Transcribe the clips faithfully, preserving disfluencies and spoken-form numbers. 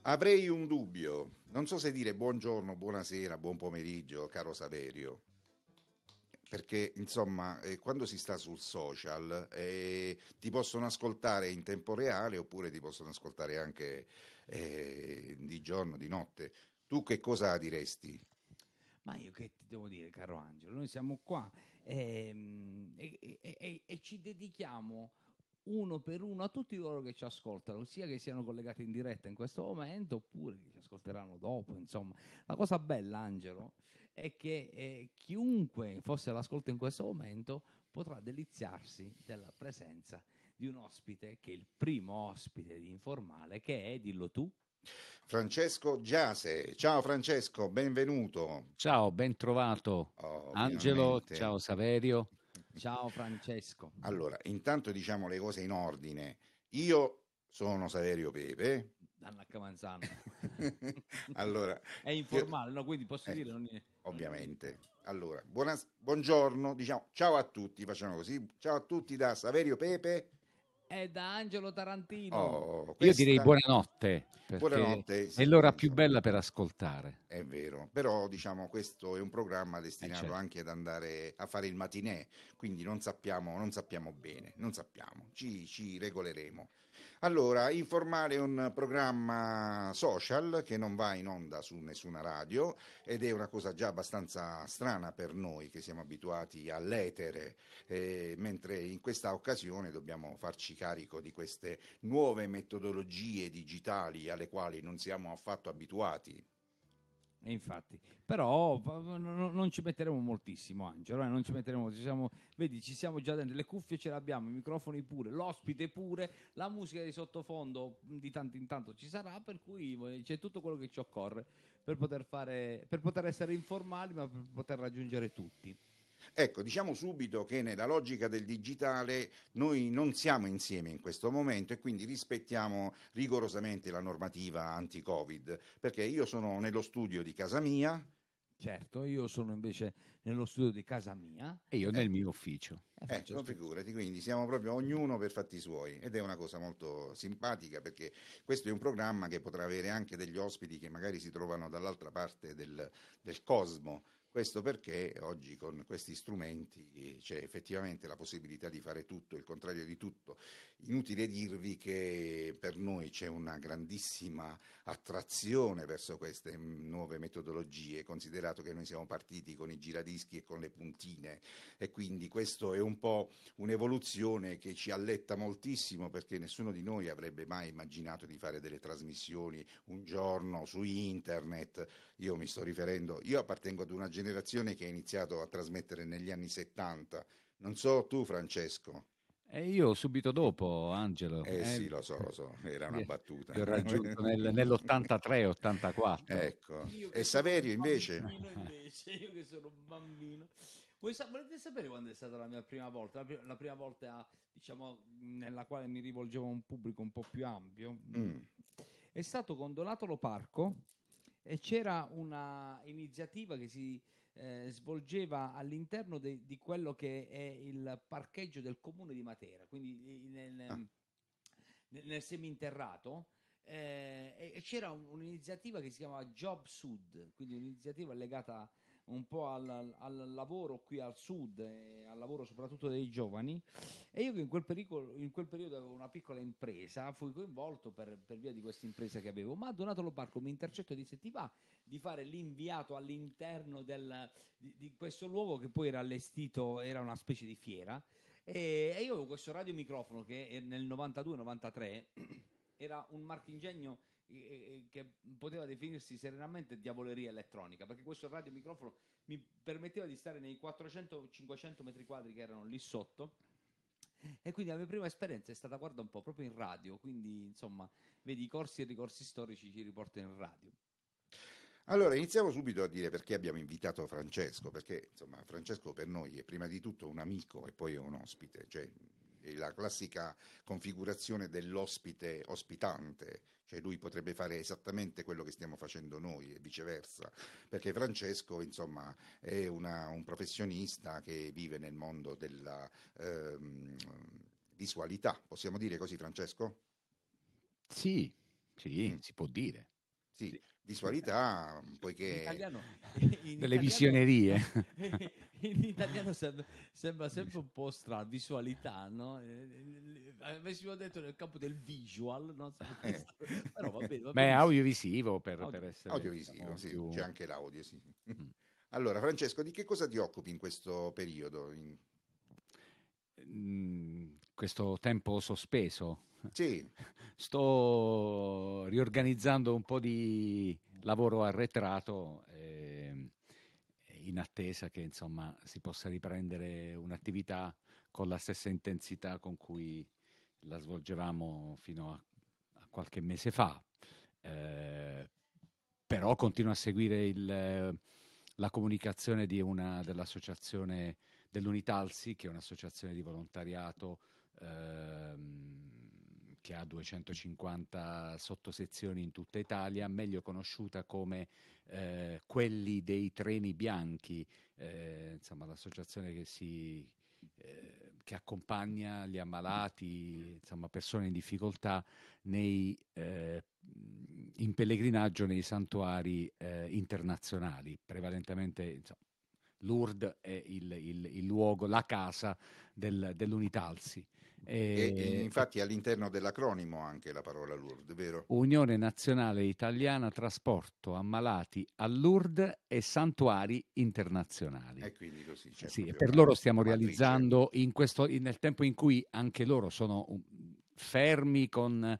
Avrei un dubbio, non so se dire buongiorno, buonasera, buon pomeriggio, caro Saverio, perché insomma, eh, quando si sta sul social, eh, ti possono ascoltare in tempo reale oppure ti possono ascoltare anche eh, di giorno, di notte. Tu che cosa diresti? Ma io che ti devo dire, caro Angelo, noi siamo qua ehm, e, e- e- e ci dedichiamo uno per uno a tutti coloro che ci ascoltano, sia che siano collegati in diretta in questo momento oppure che ci ascolteranno dopo. Insomma, la cosa bella, Angelo, è che eh, chiunque fosse all'ascolto in questo momento potrà deliziarsi della presenza di un ospite che è il primo ospite di Informale, che è, dillo tu. Francesco Giase, ciao Francesco, benvenuto. Ciao, ben trovato Oh, Angelo, finalmente. ciao Saverio. Ciao Francesco. Allora, intanto diciamo le cose in ordine. Io sono Saverio Pepe. Danna Camanzana. Allora, È io- informale, no? Quindi posso eh, dire non è... ovviamente. Allora, buonas- buongiorno, diciamo ciao a tutti, facciamo così. Ciao a tutti da Saverio Pepe. È da Angelo Tarantino. Oh, Io direi questa buonanotte, perché buonanotte, è sì, l'ora più insomma. bella per ascoltare. È vero, però diciamo questo è un programma Eh, destinato certo. anche ad andare a fare il matinè, quindi non sappiamo, non sappiamo bene, non sappiamo, ci, ci regoleremo. Allora, Informale è un programma social che non va in onda su nessuna radio ed è una cosa già abbastanza strana per noi che siamo abituati all'etere, eh, mentre in questa occasione dobbiamo farci carico di queste nuove metodologie digitali alle quali non siamo affatto abituati. E infatti, però va- va- no- non ci metteremo moltissimo, Angelo, eh, non ci metteremo, ci siamo, vedi, ci siamo già dentro, le cuffie ce le abbiamo, i microfoni pure, l'ospite pure, la musica di sottofondo mh, di tanto in tanto ci sarà, per cui eh, c'è tutto quello che ci occorre per poter fare, per poter essere informali, ma per poter raggiungere tutti. Ecco, diciamo subito che nella logica del digitale noi non siamo insieme in questo momento e quindi rispettiamo rigorosamente la normativa anti-Covid, perché io sono nello studio di casa mia, Certo, io sono invece nello studio di casa mia E io nel eh, mio ufficio. e faccio ecco, ascoltare. figurati, quindi siamo proprio ognuno per fatti suoi ed è una cosa molto simpatica perché questo è un programma che potrà avere anche degli ospiti che magari si trovano dall'altra parte del, del cosmo. Questo perché oggi con questi strumenti c'è effettivamente la possibilità di fare tutto, il contrario di tutto. Inutile dirvi che per noi c'è una grandissima attrazione verso queste mm, nuove metodologie, considerato che noi siamo partiti con i giradischi e con le puntine e quindi questo è un po' un'evoluzione che ci alletta moltissimo perché nessuno di noi avrebbe mai immaginato di fare delle trasmissioni un giorno su internet. Io mi sto riferendo, io appartengo ad una generazione che ha iniziato a trasmettere negli anni settanta. Non so tu, Francesco. E io subito dopo, Angelo, Eh eh, sì, lo so, lo so, era una vi battuta. vi ho raggiunto nel- nell'ottantatré ottantaquattro. Ecco. Io E che sono un Saverio invece? bambino invece, io che sono un bambino. Vuoi sa- volete sapere quando è stata la mia prima volta? La, pri- la prima volta, diciamo, nella quale mi rivolgevo a un pubblico un po' più ampio. Mm. Mm. È stato con Donatolo Parco e c'era una iniziativa che si eh, svolgeva all'interno de- di quello che è il parcheggio del comune di Matera, quindi i- nel, Ah. nel, nel seminterrato. Eh, e e c'era un- un'iniziativa che si chiamava Job Sud, quindi un'iniziativa legata un po' al, al lavoro qui al sud, e al lavoro soprattutto dei giovani. E io che in quel, pericolo, in quel periodo avevo una piccola impresa, fui coinvolto per, per via di questa impresa che avevo, ma Donato Lobarco mi intercettò e disse: ti va di fare l'inviato all'interno del, di, di questo luogo che poi era allestito, era una specie di fiera. E, e io avevo questo radiomicrofono che nel novantadue novantatré era un marchingegno eh, eh, che poteva definirsi serenamente diavoleria elettronica, perché questo radiomicrofono mi permetteva di stare nei quattrocento cinquecento metri quadri che erano lì sotto. E quindi la mia prima esperienza è stata, guarda un po', proprio in radio, quindi insomma, vedi, i corsi e i ricorsi storici ci riportano in radio. Allora, iniziamo subito a dire perché abbiamo invitato Francesco, perché insomma Francesco per noi è prima di tutto un amico e poi è un ospite, cioè è la classica configurazione dell'ospite ospitante, cioè lui potrebbe fare esattamente quello che stiamo facendo noi e viceversa, perché Francesco insomma è una- un professionista che vive nel mondo della ehm, visualità, possiamo dire così Francesco? Sì, sì, Mm. si può dire. sì, sì. Visualità, poiché... In italiano, in delle italiano, visionerie. In italiano sembra, sembra sempre un po' strano, visualità, no? Eh, avessimo detto nel campo del visual, no? Eh. Però va bene, va Beh, benissimo. audiovisivo per, Audio- per essere Audiovisivo, diciamo, sì, più... c'è anche l'audio, sì. Mm. Allora, Francesco, di che cosa ti occupi in questo periodo? In... Mm, questo tempo sospeso. Sì. Sto riorganizzando un po' di lavoro arretrato eh, in attesa che insomma si possa riprendere un'attività con la stessa intensità con cui la svolgevamo fino a, a qualche mese fa. Eh, però continuo a seguire il, la comunicazione di una, dell'associazione dell'Unitalsi, che è un'associazione di volontariato ehm, che ha duecentocinquanta sottosezioni in tutta Italia, meglio conosciuta come eh, quelli dei treni bianchi, eh, insomma l'associazione che si eh, che accompagna gli ammalati, insomma persone in difficoltà nei, eh, in pellegrinaggio nei santuari eh, internazionali, prevalentemente insomma, Lourdes è il, il, il luogo, la casa del, dell'Unitalsi. E, e E, infatti all'interno dell'acronimo anche la parola Lourdes, vero? Unione Nazionale Italiana Trasporto Ammalati a Lourdes e Santuari Internazionali. E quindi così c'è Sì, e proprio per la, loro stiamo la matrice. realizzando in questo, in- nel tempo in cui anche loro sono um, fermi con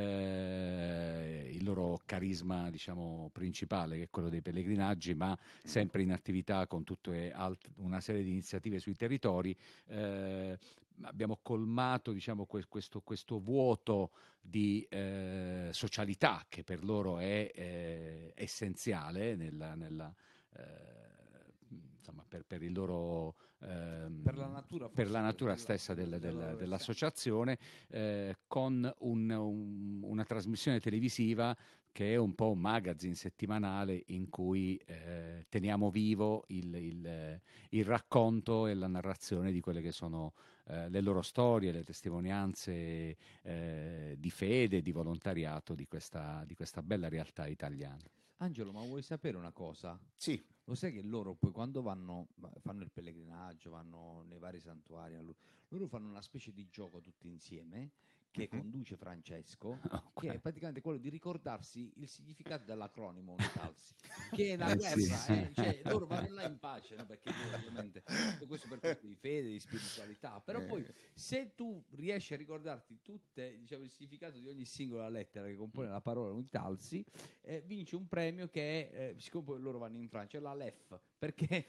eh, il loro carisma, diciamo, principale, che è quello dei pellegrinaggi, ma sempre in attività con tutte alt- una serie di iniziative sui territori. eh, Abbiamo colmato, diciamo, que- questo, questo vuoto di eh, socialità che per loro è eh, essenziale nella, nella, eh, insomma, per, per il loro ehm, Per la natura, per la forse, natura della- stessa del- della del- loro essenza. dell'associazione, eh, con un- un- una trasmissione televisiva che è un po' un magazine settimanale in cui eh, teniamo vivo il, il- il racconto e la narrazione di quelle che sono eh, le loro storie, le testimonianze eh, di fede, di volontariato di questa, di questa bella realtà italiana. Angelo, ma vuoi sapere una cosa? Sì, Lo sai che loro poi quando vanno, va- fanno il pellegrinaggio, vanno nei vari santuari, allo- loro fanno una specie di gioco tutti insieme che mhm. conduce Francesco, Oh, che è qua- praticamente quello di ricordarsi il significato dell'acronimo Unitalsi, che è la Eh, sì. guerra, eh, cioè, loro vanno là in pace, no? Perché loro, ovviamente tutto questo per questione di fede, di spiritualità, però poi Eh, se tu riesci a ricordarti tutte, diciamo, il significato di ogni singola lettera che compone la parola Unitalsi, eh, vince un premio che è, eh, siccome poi loro vanno in Francia, è la L E F, perché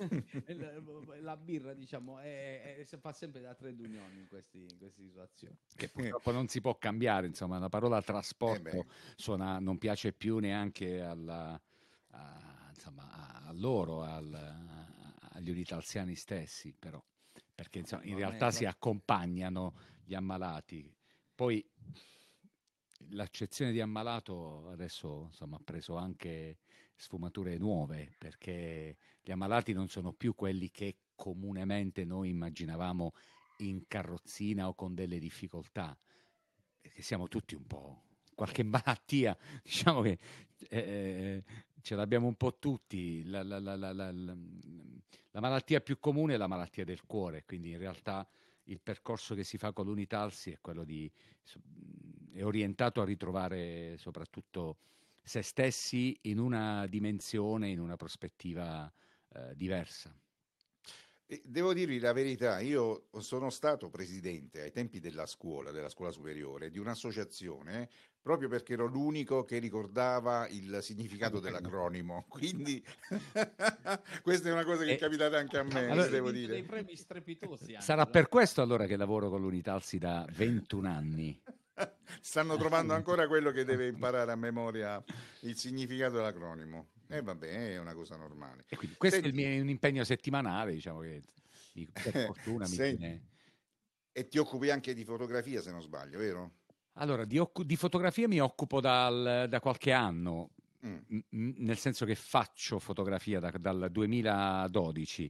la, la birra, diciamo, è, è- fa sempre da trade union in, questi, in queste situazioni. Che purtroppo non si può cambiare, insomma, la parola eh trasporto beh, suona, non piace più neanche alla, a, insomma, a, a loro, al- a- agli unitalsiani stessi, però, perché insomma, in Ma a me realtà si tra- accompagnano gli ammalati. Poi l'accezione di ammalato adesso insomma, ha preso anche sfumature nuove, perché gli ammalati non sono più quelli che comunemente noi immaginavamo in carrozzina o con delle difficoltà, perché siamo tutti un po' qualche malattia, diciamo che eh, ce l'abbiamo un po' tutti. La, la- la- la- la- la- la malattia più comune è la malattia del cuore, quindi in realtà il percorso che si fa con l'Unitalsi è quello di è orientato a ritrovare soprattutto se stessi in una dimensione, in una prospettiva eh, diversa. E devo dirvi la verità, io sono stato presidente ai tempi della scuola, della scuola superiore, di un'associazione proprio perché ero l'unico che ricordava il significato dell'acronimo. Quindi questa è una cosa che è E, capitata anche a me, allora, vi Avresti devo vinto dei dire. premi strepitosi, sarà Angelo. per questo allora che lavoro con l'Unitalsi da ventuno anni. Stanno trovando ancora quello che deve imparare a memoria il significato dell'acronimo. E vabbè, è una cosa normale. E quindi questo è il Senti, mio un impegno settimanale, diciamo che mi- per fortuna mi senti, tiene. e ti occupi anche di fotografia, se non sbaglio, vero? Allora, di, occu- di fotografia mi occupo dal- da qualche anno, Mm. m- m- nel senso che faccio fotografia da- dal duemiladodici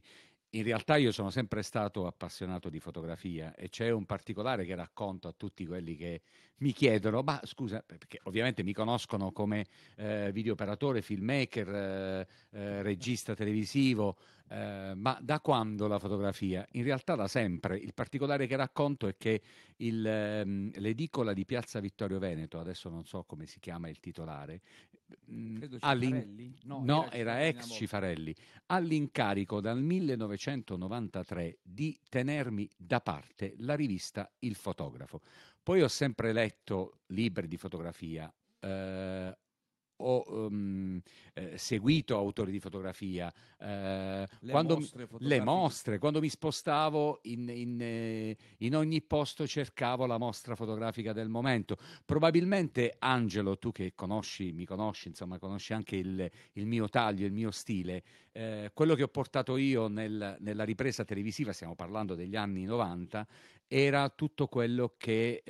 in realtà io sono sempre stato appassionato di fotografia e c'è un particolare che racconto a tutti quelli che mi chiedono, ma scusa, perché ovviamente mi conoscono come eh, videooperatore, filmmaker, eh, eh, regista televisivo, eh, ma da quando la fotografia? In realtà da sempre. Il particolare che racconto è che il, ehm, l'edicola di Piazza Vittorio Veneto, adesso non so come si chiama il titolare, mh, Credo all'in- Cifarelli? No, no, era era Cifarelli una ex volta. Cifarelli, ha l'incarico dal millenovecentonovantatré di tenermi da parte la rivista Il Fotografo. Poi ho sempre letto libri di fotografia, eh, ho um, eh, seguito autori di fotografia, eh, Le quando mi- mostre le fotografiche. mostre, quando mi spostavo in, in, eh, in ogni posto cercavo la mostra fotografica del momento. Probabilmente Angelo, tu che conosci, mi conosci, insomma, conosci anche il, il mio taglio, il mio stile, eh, quello che ho portato io nel- nella ripresa televisiva, stiamo parlando degli anni novanta, era tutto quello che,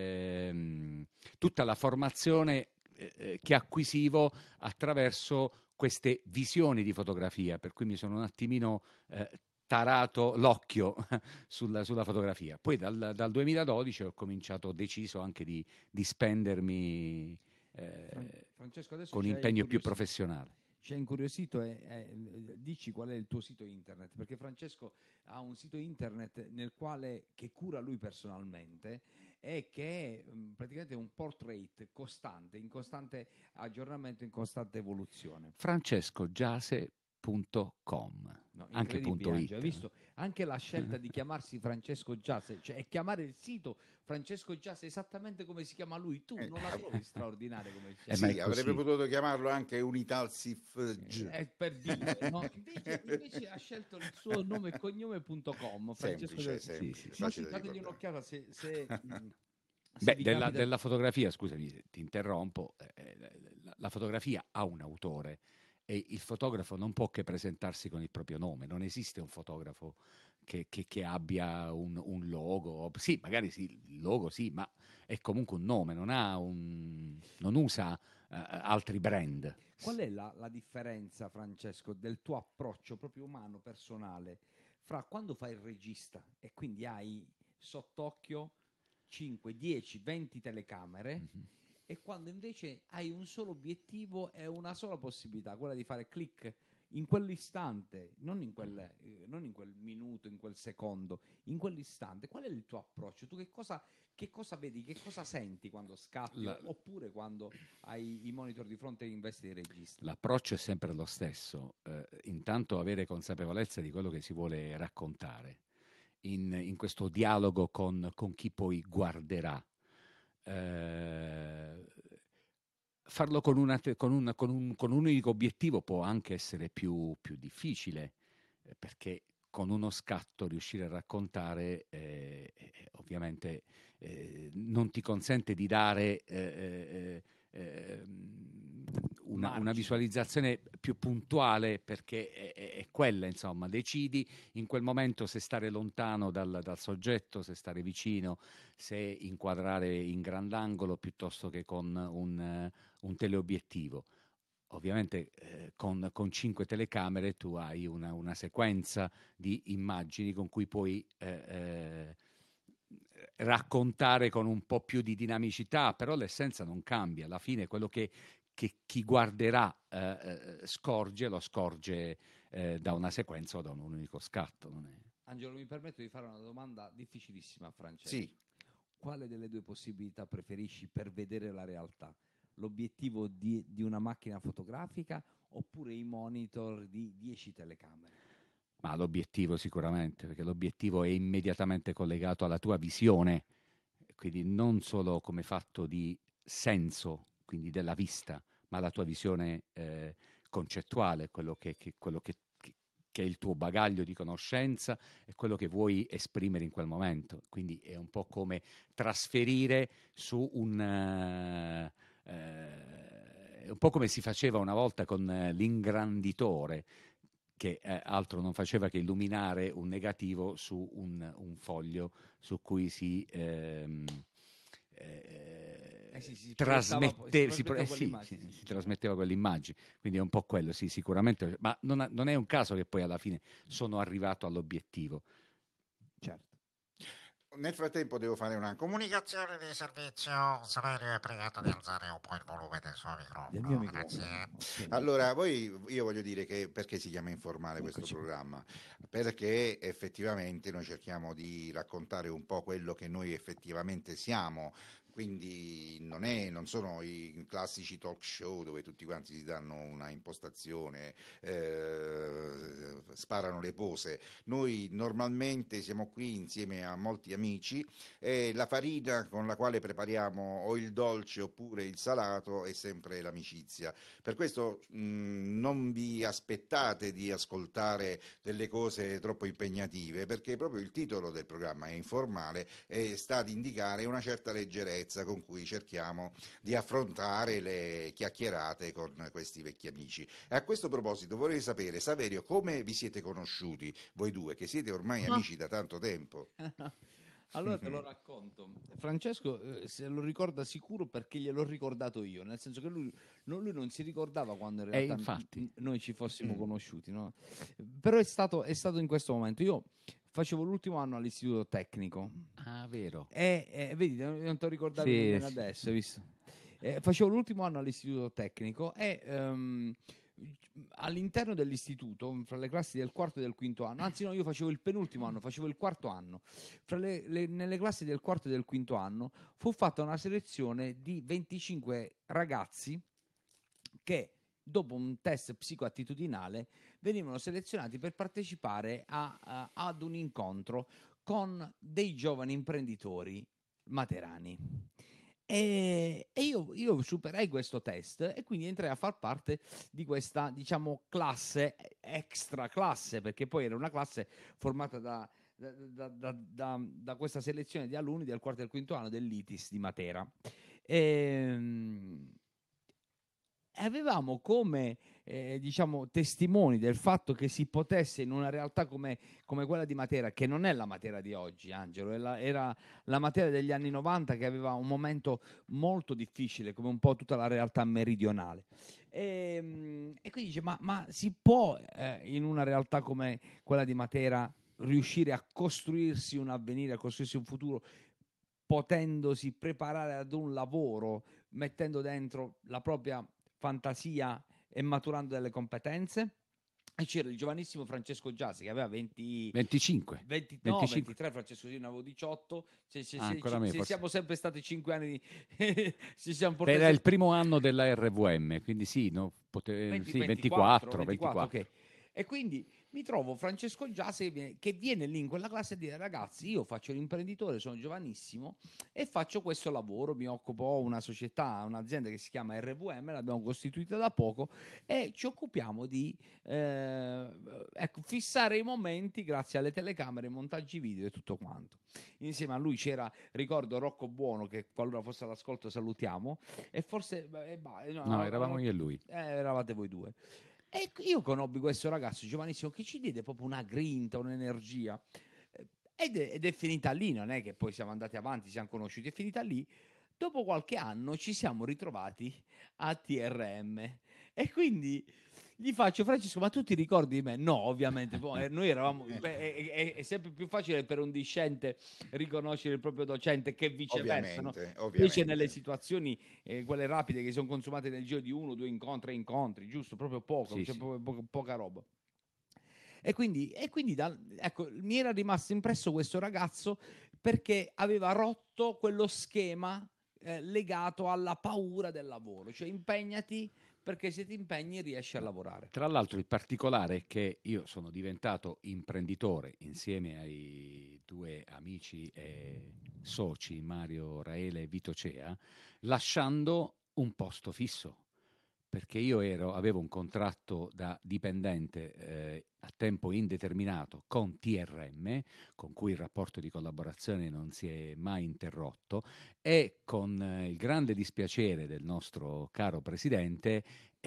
ehm, tutta la formazione eh, che acquisivo attraverso queste visioni di fotografia, per cui mi sono un attimino eh, tarato l'occhio sulla, sulla fotografia. Poi dal, dal duemiladodici ho cominciato, ho deciso anche di, di spendermi Fran- eh, Francesco, adesso con ci hai impegno più incuriosito. professionale. Ci hai incuriosito e, e dici qual è il tuo sito internet, perché Francesco ha un sito internet nel quale, che cura lui personalmente e che è mh, praticamente un portrait costante, in costante aggiornamento, in costante evoluzione. francesco giase punto com, No, anche incredibile, punto Angelo. Hai it. visto anche la scelta di chiamarsi Francesco Giase, cioè e chiamare il sito Francesco Giase esattamente come si chiama lui. Tu Eh, non la trovi straordinaria come Eh, ma scelta? è sì, avrebbe così. potuto chiamarlo anche Unitalsif G. È per dire, no? Invece, invece ha scelto il suo nome e cognome punto com, Francesco Semplice, Giase. Sì, sì, semplice, sì. Ma sì, facile da dategli ricordare. un'occhiata se, se, mh, se Beh, vi della, capita. della fotografia, scusami se ti interrompo, eh, la, la fotografia ha un autore e il fotografo non può che presentarsi con il proprio nome, non esiste un fotografo che, che- che abbia un, un logo, sì, magari sì, il logo sì, ma è comunque un nome, non ha un, non usa eh, altri brand. Qual è la, la differenza, Francesco, del tuo approccio proprio umano, personale, fra quando fai il regista e quindi hai sott'occhio cinque, dieci, venti telecamere Mhm. e quando invece hai un solo obiettivo e una sola possibilità, quella di fare click in quell'istante, non in quel, eh, non in quel minuto, in quel secondo, in quell'istante. Qual è il tuo approccio? Tu che cosa, che cosa vedi, che cosa senti quando scatti La- o- oppure quando hai i monitor di fronte e investi di regista? L'approccio è sempre lo stesso, eh, intanto avere consapevolezza di quello che si vuole raccontare in, in questo dialogo con, con chi poi guarderà. Eh, farlo con, una te- con, un, con, un, con un unico obiettivo può anche essere più, più difficile, eh, perché con uno scatto riuscire a raccontare eh, eh, ovviamente eh, non ti consente di dare eh, eh, eh, una, una Margini. visualizzazione più puntuale, perché è, è- è quella, insomma, decidi in quel momento se stare lontano dal, dal soggetto, se stare vicino, se inquadrare in grandangolo piuttosto che con un, eh, un teleobiettivo. Ovviamente eh, con, con cinque telecamere tu hai una, una sequenza di immagini con cui puoi eh, eh, raccontare con un po' più di dinamicità, però l'essenza non cambia. Alla fine quello che, che chi guarderà eh, eh, scorge, lo scorge eh, da una sequenza o da un unico scatto. Non è... Angelo, mi permetto di fare una domanda difficilissima a Francesco. Sì, Quale delle due possibilità preferisci per vedere la realtà? L'obiettivo di, di una macchina fotografica oppure i monitor di dieci telecamere? Ma l'obiettivo sicuramente, perché l'obiettivo è immediatamente collegato alla tua visione, quindi non solo come fatto di senso, quindi della vista, ma la tua visione eh, concettuale, quello che, che- quello che- che- che è il tuo bagaglio di conoscenza e quello che vuoi esprimere in quel momento. Quindi è un po' come trasferire su un... eh, eh, è un po' come si faceva una volta con eh, l'ingranditore, che eh, altro non faceva che illuminare un negativo su un, un foglio su cui si, ehm, eh, Eh sì, sì, trasmette, si, trasmetteva eh, sì, quell'immagine, si, sì, si sì. trasmetteva quell'immagine, quindi è un po' quello, sì, sicuramente, ma non, ha- non è un caso che poi alla fine sono arrivato all'obiettivo. Certo. Nel frattempo devo fare una comunicazione di servizio. Saverio è pregato di alzare un po' il volume del suo Del mio microfono, microfono. grazie. Ok. Allora, voi, io voglio dire che perché si chiama Informale questo Eccoci qua. programma? Perché effettivamente noi cerchiamo di raccontare un po' quello che noi effettivamente siamo. Quindi non, è, non sono i classici talk show dove tutti quanti si danno una impostazione, eh, sparano le pose. Noi normalmente siamo qui insieme a molti amici e la farina con la quale prepariamo o il dolce oppure il salato è sempre l'amicizia. Per questo mh, non vi aspettate di ascoltare delle cose troppo impegnative, perché proprio il titolo del programma è informale e sta ad indicare una certa leggerezza con cui cerchiamo di affrontare le chiacchierate con questi vecchi amici. E a questo proposito vorrei sapere, Saverio, come vi siete conosciuti voi due, che siete ormai amici da tanto tempo? Allora te lo racconto. Francesco eh, se lo ricorda sicuro perché gliel'ho ricordato io, nel senso che lui non, lui non si ricordava quando in E realtà infatti, n- noi ci fossimo Mm. conosciuti, no? Però è stato, è stato in questo momento. Io facevo l'ultimo anno all'istituto tecnico ah, vero, e, e vedi, non non ti ho ricordato sì, nemmeno sì. adesso, hai visto? Eh, facevo l'ultimo anno all'istituto tecnico e ehm, all'interno dell'istituto, fra le classi del quarto e del quinto anno, anzi no, io facevo il penultimo anno, facevo il quarto anno, fra le, le- nelle classi del quarto e del quinto anno fu fatta una selezione di venticinque ragazzi che dopo un test psicoattitudinale venivano selezionati per partecipare a- a- ad un incontro con dei giovani imprenditori materani. E, e io, io superai questo test e quindi entrai a far parte di questa, diciamo, classe extra classe, perché poi era una classe formata da, da, da- da- da- da questa selezione di alunni del quarto e del quinto anno dell'I T I S di Matera. Ehm, avevamo come eh, diciamo testimoni del fatto che si potesse in una realtà come, come quella di Matera, che non è la Matera di oggi, Angelo, è la- era la Matera degli anni novanta che aveva un momento molto difficile, come un po' tutta la realtà meridionale. E, mm, e quindi dice: ma, ma si può eh, in una realtà come quella di Matera riuscire a costruirsi un avvenire, a costruirsi un futuro, potendosi preparare ad un lavoro, mettendo dentro la propria fantasia e maturando delle competenze? E c'era il giovanissimo Francesco Giassi che aveva venti, venticinque, venti no, venticinque, ventitré, Francesco io ne avevo diciotto, se, se- ah, se- ancora ci- me se forse. siamo sempre stati cinque anni, di- ci siamo portati Era il sempre primo anno della R V M, quindi sì, no, pote- venti, sì, ventiquattro, ventiquattro, ventiquattro, ventiquattro. ok. E quindi mi trovo Francesco Giase che viene, che viene lì in quella classe a dire: ragazzi, io faccio l'imprenditore, sono giovanissimo e faccio questo lavoro, mi occupo, ho una società, un'azienda che si chiama R V M, l'abbiamo costituita da poco e ci occupiamo di eh, ecco, fissare i momenti grazie alle telecamere, montaggi video e tutto quanto. Insieme a lui c'era, ricordo, Rocco Buono, che qualora fosse all'ascolto salutiamo, e forse eh, bah, No, no, eravamo no, io e lui. eh, eravate voi due. E io conobbi questo ragazzo giovanissimo che ci diede proprio una grinta, un'energia. Eh, Ed è, ed è finita lì, non è che poi siamo andati avanti, siamo conosciuti, è finita lì. Dopo qualche anno ci siamo ritrovati a T R M e quindi gli faccio: Francesco, ma tu ti ricordi di me? No, ovviamente, poi, eh, noi eravamo, beh, è, è- è sempre più facile per un discente riconoscere il proprio docente che viceversa, no? Ovviamente, Specie nelle ovviamente. situazioni eh, quelle rapide che sono consumate nel giro di uno, due incontri, tre incontri, giusto? Proprio poco, Sì, cioè sì. po- po- poca roba. E quindi, e quindi da- ecco, mi era rimasto impresso questo ragazzo perché aveva rotto quello schema eh, legato alla paura del lavoro, cioè impegnati perché se ti impegni riesci a No. lavorare. Tra l'altro il particolare è che io sono diventato imprenditore insieme ai due amici e soci, Mario Raele e Vito Cea, lasciando un posto fisso. Perché io ero, avevo un contratto da dipendente eh, a tempo indeterminato con T R M, con cui il rapporto di collaborazione non si è mai interrotto, e con eh, il grande dispiacere del nostro caro presidente,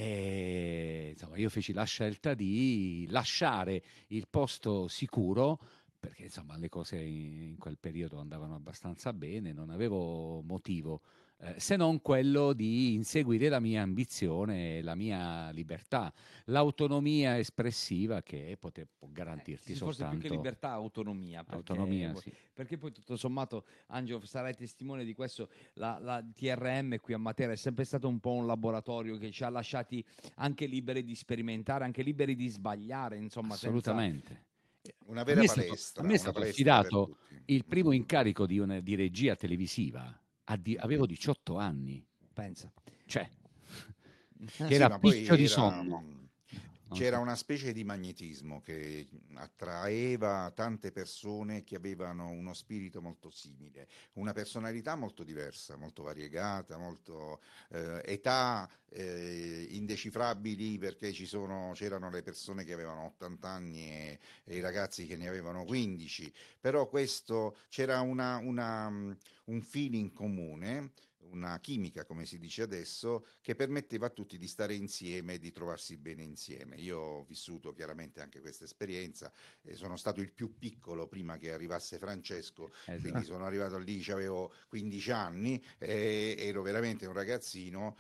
eh, insomma, io feci la scelta di lasciare il posto sicuro perché insomma le cose in, in quel periodo andavano abbastanza bene, non avevo motivo eh, se non quello di inseguire la mia ambizione e la mia libertà, l'autonomia espressiva che pote- può garantirti Eh, sì, forse più che soltanto libertà, autonomia, perché, autonomia, sì. perché poi tutto sommato, Angelo, sarai testimone di questo, la, la T R M qui a Matera è sempre stato un po' un laboratorio che ci ha lasciati anche liberi di sperimentare, anche liberi di sbagliare, insomma, senza... Assolutamente. Una A vera me è stato, a palestra, me è una stato palestra per affidato tutti. il primo incarico di, una, di regia televisiva. A di- avevo Mhm. diciotto anni, Pensa. cioè, che Sì, era ma poi piccio di era, sonno. mh, Non c'era so. una specie di magnetismo che attraeva tante persone che avevano uno spirito molto simile, una personalità molto diversa, molto variegata, molto eh, età eh, indecifrabili perché ci sono, c'erano le persone che avevano ottanta anni e, e i ragazzi che ne avevano quindici, però questo c'era una, una, mh, un feeling comune, una chimica, come si dice adesso, che permetteva a tutti di stare insieme e di trovarsi bene insieme. Io ho vissuto chiaramente anche questa esperienza, eh, sono stato il più piccolo prima che arrivasse Francesco, Esatto. quindi sono arrivato lì, avevo quindici anni, eh, ero veramente un ragazzino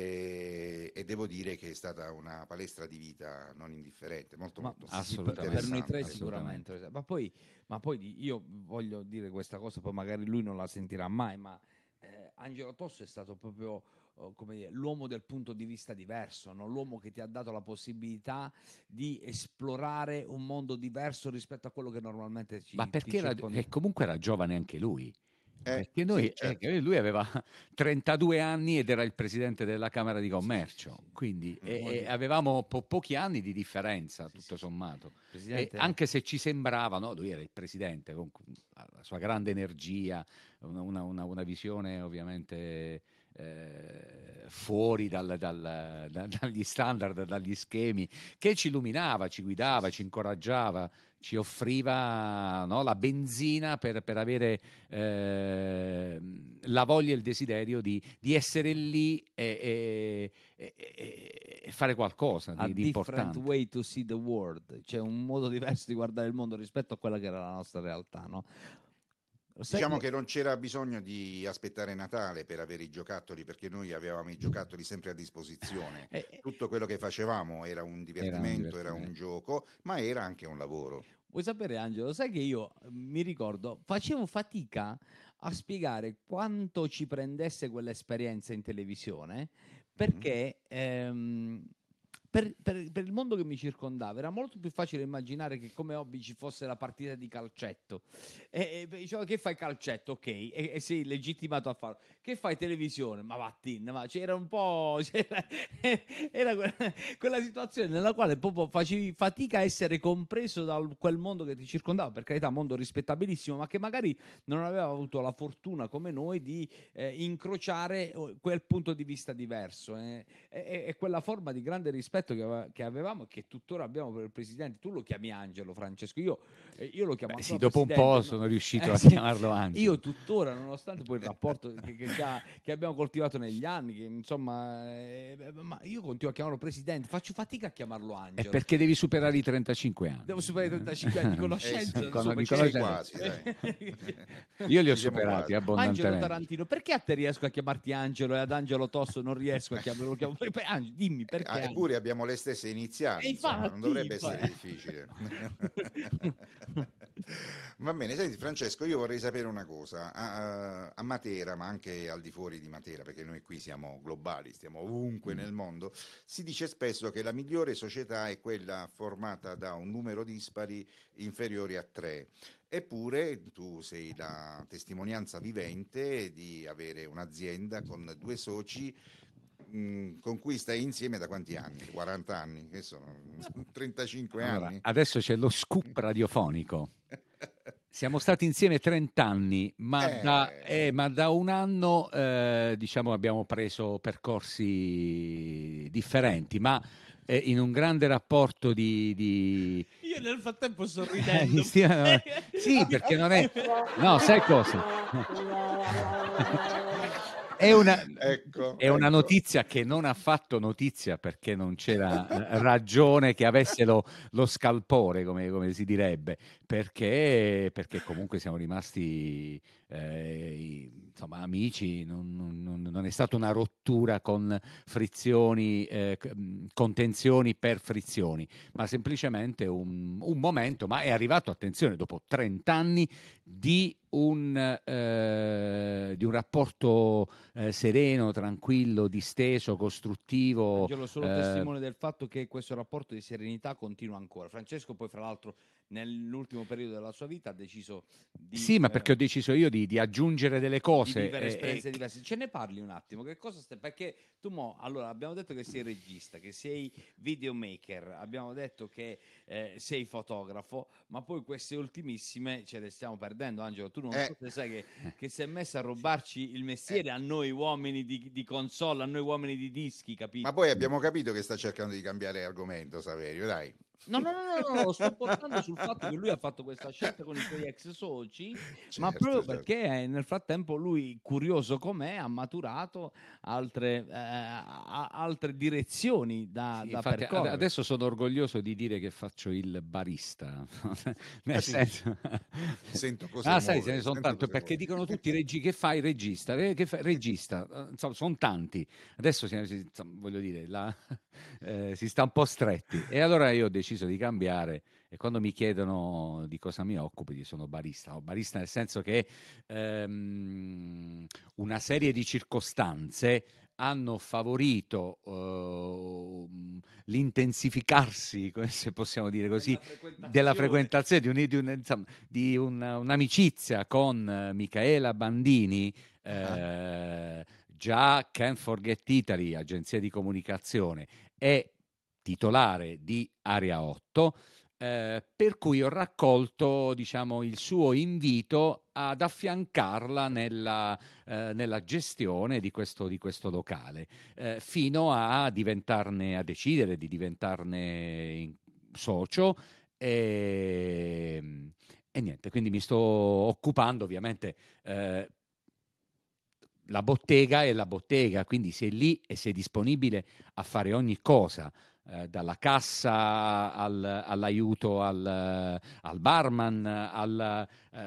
eh, e devo dire che è stata una palestra di vita non indifferente, molto Ma molto sì, sì, per, per Assolutamente, noi tre interessante. sicuramente. assolutamente. Ma poi, ma poi di- io voglio dire questa cosa, poi magari lui non la sentirà mai, ma eh, Angelo Tosso è stato proprio oh, come dire, l'uomo del punto di vista diverso, no? L'uomo che ti ha dato la possibilità di esplorare un mondo diverso rispetto a quello che normalmente Ma ci, ti perché era, circonda. e comunque era giovane anche lui? Eh, Perché noi, sì, eh, certo. lui aveva trentadue anni ed era il presidente della Camera di Sì, sì, Commercio, sì. quindi Mm. e- Uno e di- avevamo po- pochi anni di differenza, sì, tutto sì, sì. sommato. E Presidente, anche se ci sembrava, no, lui era il presidente, con la sua grande energia, una, una- una- una visione ovviamente eh, fuori dal- dal- da- dagli standard, dagli schemi, che ci illuminava, ci guidava, ci incoraggiava, ci offriva, no, la benzina per, per avere eh, la voglia e il desiderio di, di essere lì e, e- e- e fare qualcosa a di, di different importante. way to see the world, c'è un modo diverso di guardare il mondo rispetto a quella che era la nostra realtà, no? Lo sai Diciamo che che non c'era bisogno di aspettare Natale per avere i giocattoli, perché noi avevamo i giocattoli sempre a disposizione. eh, eh, Tutto quello che facevamo era un Era un divertimento, era un divertimento. gioco, ma era anche un lavoro. vuoi sapere, Angelo, sai che io eh, mi ricordo, facevo fatica a spiegare quanto ci prendesse quell'esperienza in televisione, Mhm. perché ehm, per, per- per il mondo che mi circondava era molto più facile immaginare che come hobby ci fosse la partita di calcetto. E, e dicevo, che fai calcetto? Ok, e, e sei legittimato a farlo. Che fai televisione? Ma vattin, ma c'era un po'... c'era- era quella, quella situazione nella quale proprio facevi fatica a essere compreso da quel mondo che ti circondava, per carità, mondo rispettabilissimo, ma che magari non aveva avuto la fortuna come noi di eh, incrociare oh, quel punto di vista diverso. eh. E, e quella forma di grande rispetto che, ave- che avevamo e che tuttora abbiamo per il presidente. Tu lo chiami Angelo, Francesco, io, eh, io lo chiamo Beh, sì, ancora dopo un presidente. po' ma- sono riuscito eh, a sì, chiamarlo io Angelo. tuttora, nonostante poi il rapporto che, che ci ha- che abbiamo coltivato negli anni, che insomma, eh, ma io continuo a chiamarlo presidente, faccio fatica a chiamarlo È Angelo. perché devi superare i trentacinque anni. Devo superare i trentacinque anni di Eh conoscenza, sì, non Con- so di ci perché. sei conoscenza. quasi, dai. Io li ho Ci siamo superati quasi. Angelo abbondantemente. Tarantino, perché a te riesco a chiamarti Angelo e ad Angelo Tosso non riesco a chiamarlo? Lo chiamo... Angelo, dimmi Eh, perché ah, Angelo? eppure abbiamo le stesse E iniziali, insomma, non infatti, dovrebbe essere infatti. difficile. Va bene, senti Francesco, io vorrei sapere una cosa. A, a Matera, ma anche al di fuori di Matera, perché noi qui siamo globali, stiamo ovunque Mm. nel mondo, si dice spesso che la migliore società è quella formata da un numero dispari inferiore a tre. Eppure tu sei la testimonianza vivente di avere un'azienda con due soci mh, con cui stai insieme da quanti anni? quaranta anni? Che sono? trentacinque Allora, anni? adesso c'è lo scoop radiofonico. Siamo stati insieme trenta anni, ma da, Eh, eh, ma da un anno eh, diciamo abbiamo preso percorsi differenti, ma eh, in un grande rapporto di, di... Io nel frattempo sto di ridendo. stima- Sì, perché non è... No, sai cosa? È una, ecco, è una ecco. notizia che non ha fatto notizia perché non c'era eh, ragione che avesse lo, lo scalpore, come, come si direbbe. perché, perché comunque siamo rimasti eh, insomma, amici, non, non- non è stata una rottura con frizioni, eh, c- mh, contenzioni per frizioni, ma semplicemente un, un momento, ma è arrivato, attenzione, dopo trenta anni di un, eh, di un rapporto eh, sereno, tranquillo, disteso, costruttivo. Angelo, solo eh, testimone del fatto che questo rapporto di serenità continua ancora. Francesco poi, fra l'altro, nell'ultimo periodo della sua vita ha deciso di, Sì, ma perché ho eh, deciso io di, di aggiungere delle di cose. vivere E, esperienze e- diverse. Ce ne parli un attimo? Che cosa stai... Perché tu mo, allora, abbiamo detto che sei regista, che sei videomaker, abbiamo detto che eh, sei fotografo, ma poi queste ultimissime ce le stiamo perdendo, Angelo. Tu non Eh, so se sai che, che si è messo a rubarci il mestiere a noi uomini di, di console, a noi uomini di dischi, ma capito? poi abbiamo capito che sta cercando di cambiare argomento, Saverio, dai. No, no, no, no, no, lo sto portando sul fatto che lui ha fatto questa scelta con i suoi ex soci, ma proprio Certo, certo. perché eh, nel frattempo lui, curioso com'è, ha maturato altre, eh, a- altre direzioni da, sì, da infatti, ad- percorrere. adesso sono orgoglioso di dire che faccio il barista, nel Eh sì, senso. sento cose Ah, sai, ce ne nuove, sono sento tanto cose perché nuove. dicono tutti regi- che fai regista, Eh, che fai? Regista, Eh, insomma, sono tanti. Adesso si, si- insomma, voglio dire, la- eh, si sta un po' stretti e allora io ho deciso di cambiare. E quando mi chiedono di cosa mi occupo, io sono barista. No, barista nel senso che ehm, una serie di circostanze hanno favorito ehm, l'intensificarsi, come se possiamo dire così, Della della frequentazione. frequentazione di, un- di un- insomma, di una- un'amicizia con eh, Micaela Bandini, Ah, eh, già Can't Forget Italy, agenzia di comunicazione, e titolare di Area otto, eh, per cui ho raccolto, diciamo, il suo invito ad affiancarla nella, eh, nella gestione di questo, di questo locale, eh, fino a diventarne, a decidere di diventarne in- socio. E, e niente, quindi mi sto occupando ovviamente. eh, la bottega è la bottega, quindi sei lì e sei disponibile a fare ogni cosa, eh, dalla cassa al- all'aiuto al, al barman, alla,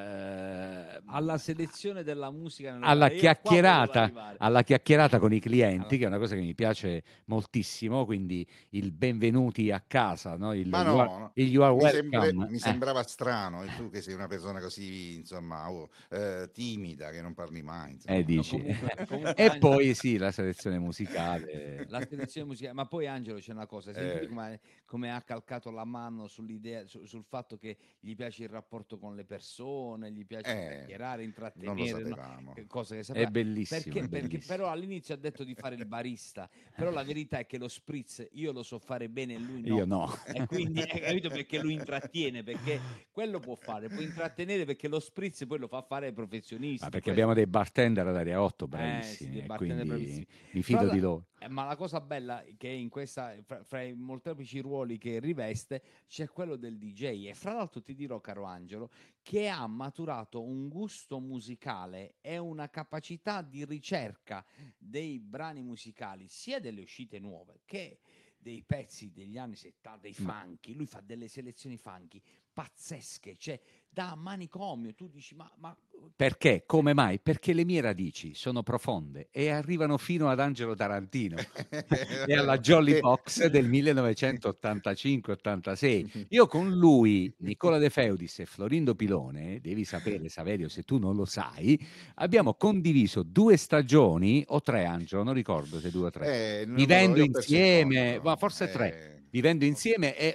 eh, Alla selezione della musica nel alla locale. Io qua volevo chiacchierata, arrivare. alla chiacchierata con i clienti, Alla- che è una cosa che mi piace moltissimo, quindi il benvenuti a casa, no? Il ma you are, no, no, il you are mi, sembre- welcome. mi Eh. sembrava strano, e tu che sei una persona così, insomma, oh, eh, timida, che non parli mai, Eh, insomma. No, dici. comunque, comunque E Angelo, poi sì, la selezione musicale. la selezione musicale, ma poi Angelo c'è una cosa, sentite Eh, come, come ha calcato la mano sull'idea, su- sul fatto che gli piace il rapporto con le persone, gli piace eh, chiacchierare, non lo intrattenere, no? Che sapevamo. cose che È sapeva. bellissimo, è Perché, perché bellissimo. però all'inizio ha detto di fare il barista, però la verità è che lo spritz io lo so fare bene e lui Io no. no. E quindi hai capito perché lui intrattiene, perché quello può fare, può intrattenere perché lo spritz poi lo fa fare ai Ma professionisti. perché Questo. abbiamo dei bartender ad Area otto Eh sì, bravissimi dei e bartender bravissimi. quindi mi Fra fido la- di loro. eh, ma la cosa bella è che in questa, fra, fra i molteplici ruoli che riveste, c'è quello del D J. E fra l'altro ti dirò, caro Angelo, che ha maturato un gusto musicale e una capacità di ricerca dei brani musicali, sia delle uscite nuove che dei pezzi degli anni settanta, dei Ma funky. Lui fa delle selezioni funky pazzesche, cioè da manicomio. Tu dici, ma, ma perché? Come mai? Perché le mie radici sono profonde e arrivano fino ad Angelo Tarantino e alla Jolly Che- Box del millenovecentottantacinque ottantasei. Io con lui, Nicola De Feudis e Florindo Pilone, devi sapere, Saverio, se tu non lo sai, abbiamo condiviso due stagioni, o tre, Angelo, non ricordo se due o tre, Eh, il numero, vivendo io ho perso il insieme, ma conto. forse tre, Eh, vivendo insieme e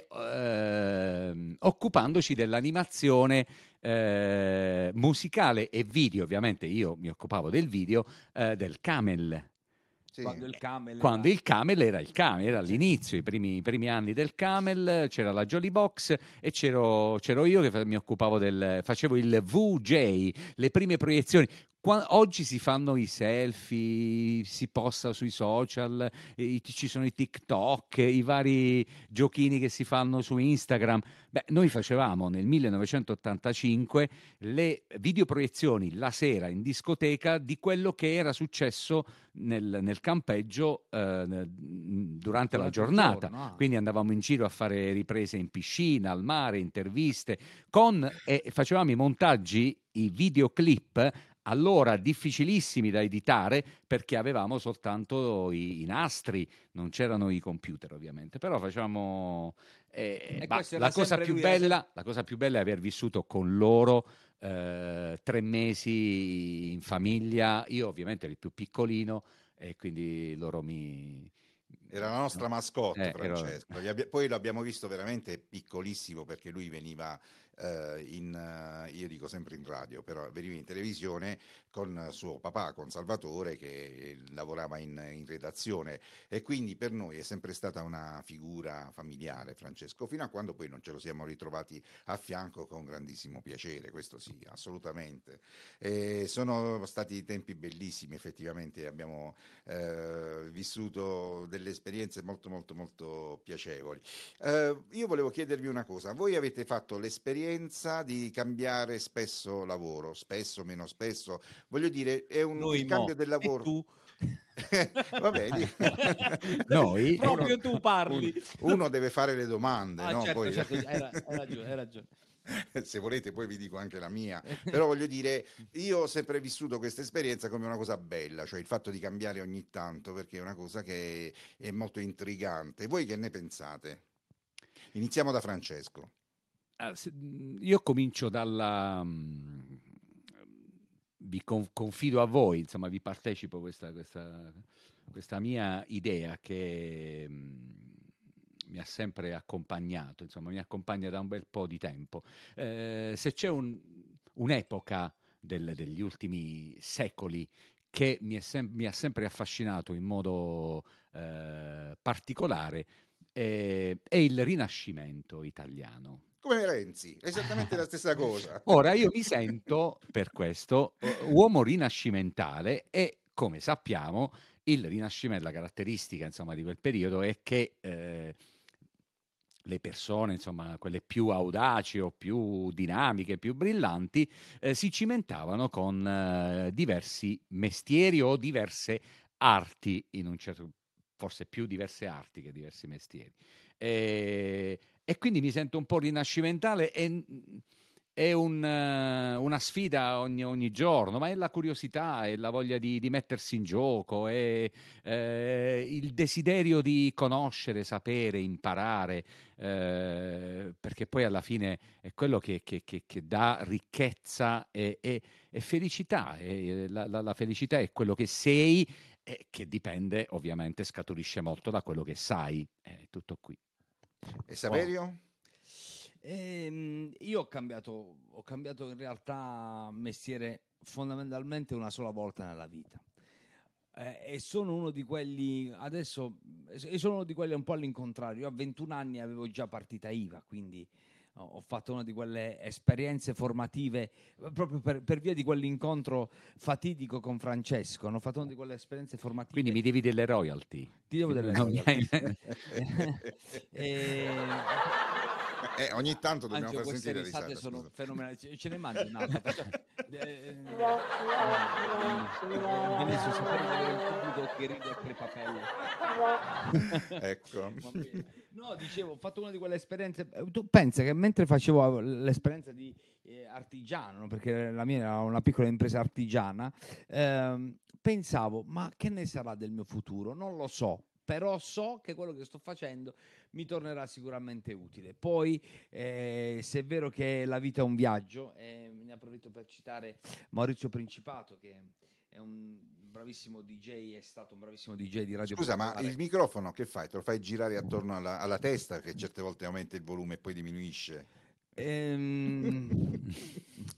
ehm, occupandoci dell'animazione eh, musicale e video. Ovviamente io mi occupavo del video, eh, del Camel. quando sì. il camel Quando era... il Camel era il Camel, era all'inizio, i primi, i primi anni del Camel, c'era la Jolly Box e c'ero, c'ero io che fa- mi occupavo del, facevo il V J, le prime proiezioni. Qua- oggi si fanno i selfie, si posta sui social, i- ci sono i TikTok, i vari giochini che si fanno su Instagram. Beh, noi facevamo nel millenovecentottantacinque le videoproiezioni la sera in discoteca di quello che era successo nel, nel campeggio eh, nel- durante la Durante il giornata. giorno, ah. Quindi andavamo in giro a fare riprese in piscina, al mare, interviste, con, e facevamo i montaggi, i videoclip allora difficilissimi da editare perché avevamo soltanto i, i nastri, non c'erano i computer ovviamente, però facciamo... eh, E ma questo era la cosa sempre più lui, era sem- bella, la cosa più bella è aver vissuto con loro eh, tre mesi in famiglia, io ovviamente ero il più piccolino e quindi loro mi... Era la nostra mascotte, eh, ero- Francesco. Gli abbia- Poi l'abbiamo visto veramente piccolissimo perché lui veniva eh, in, eh, io dico sempre in radio, però veniva in televisione con suo papà, con Salvatore, che lavorava in, in redazione e quindi per noi è sempre stata una figura familiare, Francesco, fino a quando poi non ce lo siamo ritrovati a fianco con grandissimo piacere, questo sì, assolutamente. E sono stati tempi bellissimi, effettivamente abbiamo eh, vissuto delle esperienze molto molto molto piacevoli. Eh, io volevo chiedervi una cosa, voi avete fatto l'esperienza di cambiare spesso lavoro, spesso, meno spesso, voglio dire, è un, noi il cambio mo del e lavoro. tu. Vabbè, di- Noi? uno, Proprio tu uno- parli. uno deve fare le domande, Ah, no? certo, Poi, certo, hai, ra- hai ragione, hai ragione. se volete, poi vi dico anche la mia. Però voglio dire, io ho sempre vissuto questa esperienza come una cosa bella, cioè il fatto di cambiare ogni tanto, perché è una cosa che è molto intrigante. Voi che ne pensate? Iniziamo da Francesco. Ah, se- mh, io comincio dalla... mh, vi con- confido a voi, insomma, vi partecipo questa, questa, questa mia idea che mh, mi ha sempre accompagnato, insomma, mi accompagna da un bel po' di tempo. Eh, se c'è un- un'epoca del- degli ultimi secoli che mi, è sem- mi ha sempre affascinato in modo eh, particolare, eh, è il Rinascimento italiano. Come Renzi, esattamente la stessa cosa. Ora io mi sento per questo uh, uomo rinascimentale e come sappiamo il Rinascimento, la caratteristica insomma di quel periodo è che eh, le persone, insomma, quelle più audaci o più dinamiche, più brillanti, eh, si cimentavano con eh, diversi mestieri o diverse arti, in un certo, forse più diverse arti che diversi mestieri. E, e quindi mi sento un po' rinascimentale e è un, eh, una sfida ogni, ogni giorno, ma è la curiosità, è la voglia di, di mettersi in gioco, è eh, il desiderio di conoscere, sapere, imparare, eh, perché poi alla fine è quello che, che- che- che dà ricchezza e, e- e felicità. E la, la- la felicità è quello che sei, e che dipende, ovviamente, scaturisce molto da quello che sai. È tutto qui. E Wow. Saverio? Ehm, io ho cambiato, ho cambiato in realtà mestiere fondamentalmente una sola volta nella vita. Eh, e sono uno di quelli adesso, e sono uno di quelli un po' all'incontrario. Io a ventuno anni avevo già partita I V A, quindi ho ho fatto una di quelle esperienze formative eh, proprio per, per via di quell'incontro fatidico con Francesco. Ho fatto una di quelle esperienze Quindi formative. mi devi delle royalty. Ti devo delle Non mi hai- royalties. E- Eh, ogni tanto dobbiamo Anzi, far queste sentire la risate risata, sono scusa. fenomenali. Ce ce ne mangi un'altra? Facciamo- eh, eh, è bellissimo sapere di avere un pubblico che ride a crepapelle. Ecco. Va bene. No, dicevo, ho fatto una di quelle esperienze. eh, Tu pensa che mentre facevo l'esperienza di eh, artigiano, no? Perché la mia era una piccola impresa artigiana, ehm, pensavo, ma che ne sarà del mio futuro? Non lo so, però so che quello che sto facendo mi tornerà sicuramente utile. Poi, eh, se è vero che la vita è un viaggio, eh, ne approfitto per citare Maurizio Principato, che è un bravissimo D J, è stato un bravissimo D J di Radio Scusa, ma Popolare. il microfono che fai? Te lo fai girare attorno alla, alla testa che certe volte aumenta il volume e poi diminuisce? Ehm,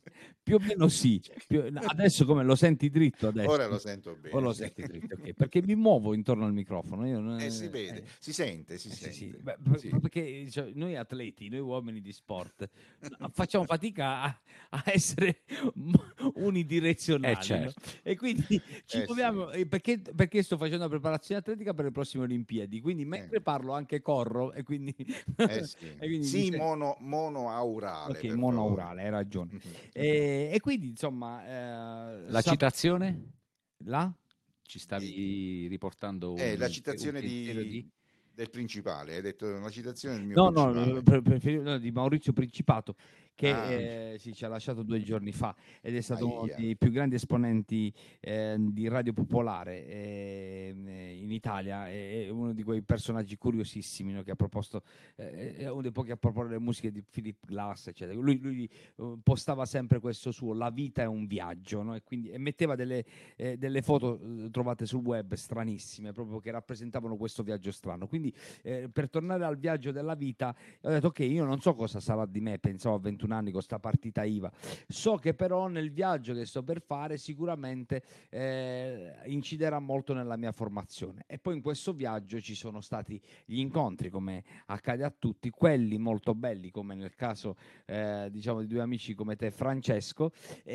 più o meno sì. Più- adesso come lo senti dritto adesso? Ora lo sento bene. O lo senti dritto, ok, perché mi muovo intorno al microfono. Io non- Eh, si vede, eh, si sente, si eh, sì, sì. sente. Beh, per- Sì. perché cioè, noi atleti, noi uomini di sport, facciamo fatica a, a essere unidirezionali, Eh, certo. no? E quindi ci Eh, sì. muoviamo eh, perché, perché sto facendo la preparazione atletica per le prossime Olimpiadi, quindi mentre Eh. parlo anche corro e quindi, Eh sì, e quindi mi sì, sento- mono, monoaurale, ok, per monoaurale, hai ragione. E, e quindi insomma eh, La sap- citazione? là? Ci stavi riportando Eh, un, la un citazione pensiero di, del principale, hai detto la citazione del mio No, no, principale. pre- preferivo- no, di Maurizio Principato che Ah. eh, sì, ci ha lasciato due giorni fa ed è stato uno Aia. dei più grandi esponenti eh, di Radio Popolare eh, in Italia, è uno di quei personaggi curiosissimi, no, che ha proposto, eh, è uno dei pochi a proporre le musiche di Philip Glass, eccetera. Lui, lui eh, postava sempre questo suo La vita è un viaggio, no? E quindi e metteva delle, eh, delle foto eh, trovate sul web stranissime, proprio che rappresentavano questo viaggio strano. Quindi eh, per tornare al viaggio della vita, ho detto ok, io non so cosa sarà di me, pensavo a ventuno anni con sta partita I V A, so che però nel viaggio che sto per fare sicuramente eh, inciderà molto nella mia formazione. E poi in questo viaggio ci sono stati gli incontri, come accade a tutti, quelli molto belli, come nel caso eh, diciamo di due amici come te, Francesco,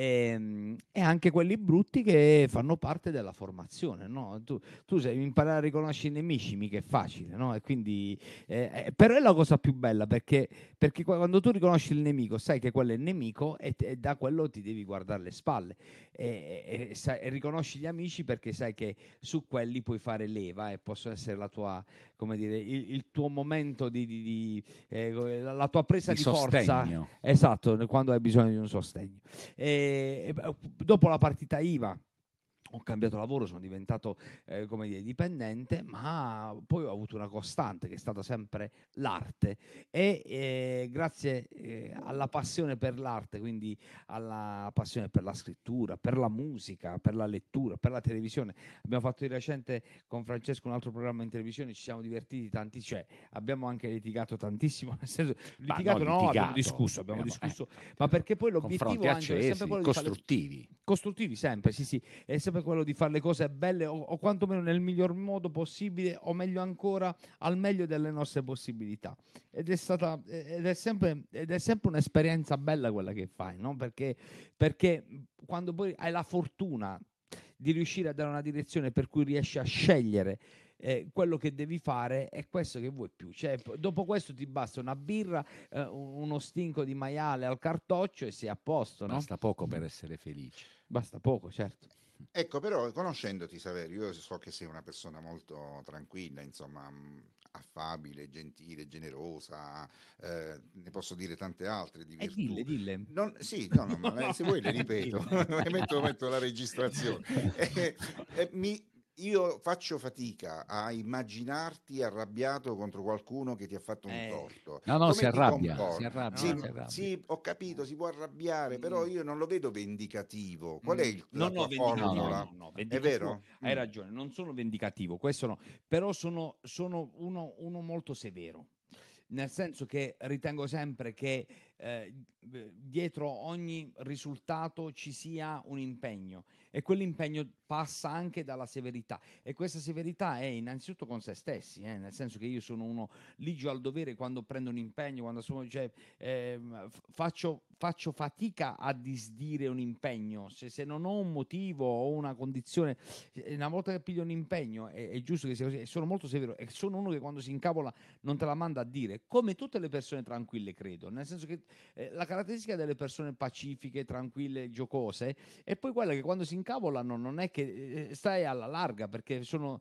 e, e anche quelli brutti che fanno parte della formazione, no? Tu, tu sai, imparare a riconoscere i nemici mica è facile, no? E quindi eh, eh, però è la cosa più bella, perché, perché qua- quando tu riconosci il nemico sai che quello è il nemico e, e da quello ti devi guardare le spalle e, e- e sai- e riconosci gli amici perché sai che su quelli puoi fare leva e possono essere la tua, come dire, il, il tuo momento di, di- di, eh, la la tua presa Di di, forza. sostegno. Esatto, quando hai bisogno di un sostegno. E, e, beh, dopo la partita I V A ho cambiato lavoro, sono diventato eh, come dire, dipendente, ma poi ho avuto una costante che è stata sempre l'arte e eh, grazie eh, alla passione per l'arte, quindi alla passione per la scrittura, per la musica, per la lettura, per la televisione. Abbiamo fatto di recente con Francesco un altro programma in televisione, ci siamo divertiti tanti, cioè abbiamo anche litigato tantissimo, nel senso, Ma litigato non no, abbiamo litigato, discusso, abbiamo abbiamo- discusso, eh, ma perché poi l'obiettivo confronti anche è sempre accesi, quello di fare le- costruttivi. costruttivi sempre, sì sì, è sempre quello di fare le cose belle o, o quantomeno nel miglior modo possibile o meglio ancora al meglio delle nostre possibilità ed è stata ed è sempre, ed è sempre un'esperienza bella quella che fai, no? Perché, perché quando poi hai la fortuna di riuscire a dare una direzione per cui riesci a scegliere eh, quello che devi fare è questo che vuoi più, cioè, p- dopo questo ti basta una birra, eh, un- uno stinco di maiale al cartoccio e sei a posto, no? Basta poco per essere felice. Basta poco, certo. Ecco, però conoscendoti, Saverio, io so che sei una persona molto tranquilla, insomma, mh, affabile, gentile, generosa, eh, ne posso dire tante altre di E virtù. dille, dille. Non- sì, no, no, ma le- se vuoi le ripeto, metto, metto la registrazione. Eh, eh, mi- io faccio fatica a immaginarti arrabbiato contro qualcuno che ti ha fatto un Eh. torto. No, no, Come si ti arrabbia, comporti? si arrabbia, Sì, No, si arrabbia. sì, ho capito, si può arrabbiare, però Mm. io non lo vedo vendicativo. Qual è il- No, la no, tua vendicativo, formula? no, no, È vendicativo, vero? hai Mm. ragione, non sono vendicativo, questo no, però sono, sono uno, uno molto severo, nel senso che ritengo sempre che eh, dietro ogni risultato ci sia un impegno e quell'impegno passa anche dalla severità e questa severità è innanzitutto con se stessi, eh, nel senso che io sono uno ligio al dovere quando prendo un impegno, quando sono, cioè, ehm, f- faccio, faccio fatica a disdire un impegno, se, se non ho un motivo o una condizione, eh, una volta che piglio un impegno è, è giusto che sia così, e sono molto severo e sono uno che quando si incavola non te la manda a dire, come tutte le persone tranquille credo, nel senso che eh, la caratteristica delle persone pacifiche, tranquille, giocose è poi quella che quando si incavolano non è che eh, stai alla larga perché sono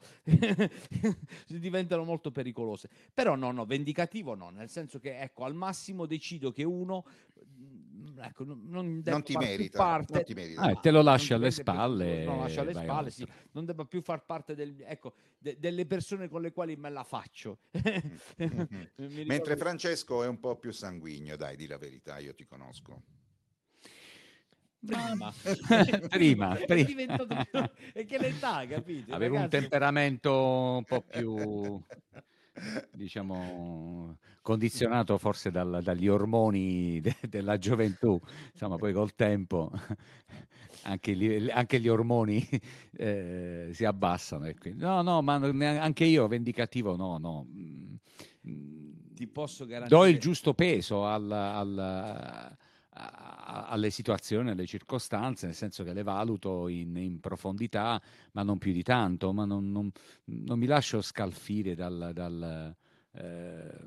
diventano molto pericolose, però no, no, vendicativo no, nel senso che ecco al massimo decido che uno mm, ecco, non, non debba Non ti far più merita, parte, non ti merita. Ah, e ma te lo non lasci ti alle merita perché spalle non lascio e alle vai spalle, sì, oltre. non debba più far parte del, ecco, de- delle persone con le quali me la faccio. Mm, mm, mm. Mi Mentre ricordo- Francesco è un po' più sanguigno, dai, di la verità, io ti conosco. prima, Prima, è prima. diventato più... e che l'età, capito? I Avevo un ragazzi- temperamento un po' più diciamo, condizionato forse dal- dagli ormoni de- della gioventù, insomma, poi col tempo anche gli, anche gli ormoni eh, si abbassano. E quindi, no, no, ma non- anche io vendicativo, no, no. Mm, mm, Ti posso do il garantire. giusto peso al, al- a- a- alle situazioni, alle circostanze, nel senso che le valuto in, in profondità, ma non più di tanto, ma non, non- non mi lascio scalfire dal, dal, eh,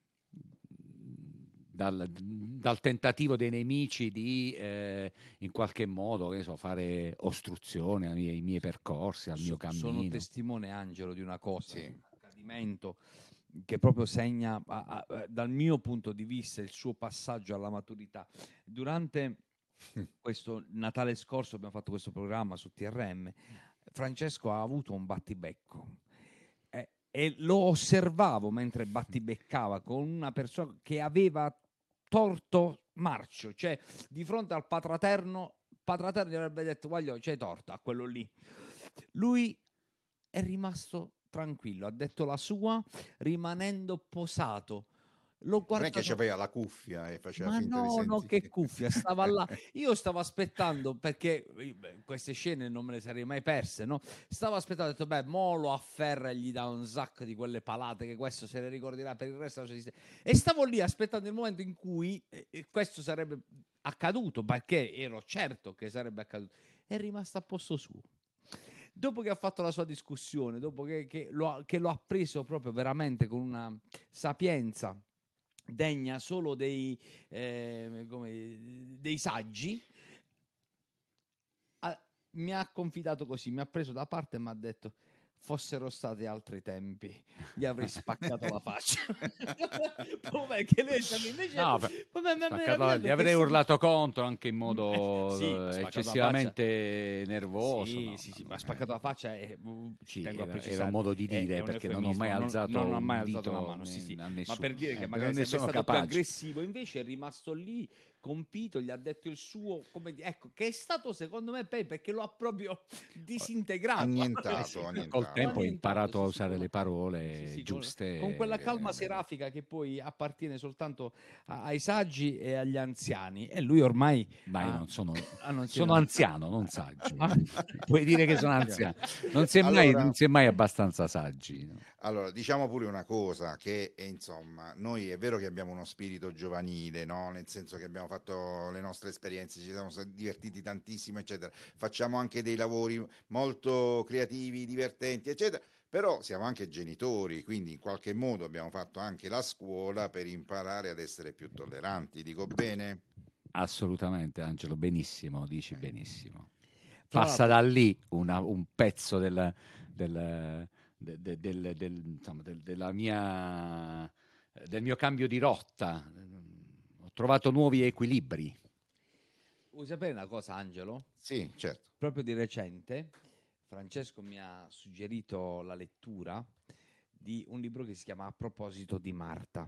dal- dal tentativo dei nemici di eh, in qualche modo, che ne so, fare ostruzione ai miei, ai miei percorsi, al mio So- sono cammino. testimone, Angelo, di una cosa, Sì. di un accadimento che proprio segna, a- a- a- dal mio punto di vista, il suo passaggio alla maturità. Durante questo Natale scorso abbiamo fatto questo programma su T R M. Francesco ha avuto un battibecco eh, e lo osservavo mentre battibeccava con una persona che aveva torto marcio, cioè di fronte al patraterno, patraterno gli avrebbe detto: voglio, c'è torto a quello lì. Lui è rimasto tranquillo, ha detto la sua rimanendo posato. L'ho Non è che guardato. c'aveva la cuffia e faceva Ma finta di no, no, sentire. che cuffia, stava là. Io stavo aspettando perché eh, beh, queste scene non me le sarei mai perse, no? Stavo aspettando, ho detto, beh, mo lo afferra e gli dà un sacco di quelle palate che questo se le ricorderà per il resto della sua esistenza. E stavo lì aspettando il momento in cui eh, eh, questo sarebbe accaduto, perché ero certo che sarebbe accaduto. È rimasto a posto suo. Dopo che ha fatto la sua discussione, dopo che, che lo ha, che lo ha preso proprio veramente con una sapienza degna solo dei, eh, come, dei saggi, ha- mi ha confidato così, mi ha preso da parte e mi ha detto: fossero stati altri tempi, gli avrei spaccato la faccia. Come che noi siamo invece No, per- ma- ma- ma- spaccato- meravigliato gli perché avrei siamo- urlato contro anche in modo Sì, ha eh, spaccato la faccia. eccessivamente nervoso. Sì, no, sì, sì, no, ma ha eh, spaccato la faccia e uh, ci sì, tengo a era, era un precisare, modo di è, è dire un perché non ho mai eufemismo, non, alzato non ho mai un alzato una dito mano, sì, sì, a ma nessuno, per dire eh, che perché magari non ne sarebbe sono stato più capace. aggressivo, invece è rimasto lì, compito, gli ha detto il suo, come di- ecco, che è stato secondo me poi perché lo ha proprio disintegrato. Annientato, Sì, annientato. Col tempo ho annientato, imparato sì, a sì, usare con- le parole sì, sì, con, giuste. con quella calma eh, serafica che poi appartiene soltanto a- ai saggi e agli anziani, e lui ormai Ma io ha, non sono, ah, non si sono era- anziano, non saggio. Ah. Puoi dire che sono anziano. Non si è mai, non Allora, si è mai abbastanza saggi. no? allora, diciamo pure una cosa, che eh, insomma, noi è vero che abbiamo uno spirito giovanile, no? Nel senso che abbiamo fatto le nostre esperienze, ci siamo stati divertiti tantissimo, eccetera. Facciamo anche dei lavori molto creativi, divertenti, eccetera. Però siamo anche genitori, quindi in qualche modo abbiamo fatto anche la scuola per imparare ad essere più tolleranti. Dico bene? Assolutamente, Angelo, benissimo, dici Eh. benissimo. Fra Passa l'altro, da lì una- un pezzo del, del- de- de- del- del- insomma, del- della mia, del mio cambio di rotta. Ho trovato nuovi equilibri. vuoi sapere una cosa, Angelo? Sì, certo. Proprio di recente, Francesco mi ha suggerito la lettura di un libro che si chiama A proposito di Marta,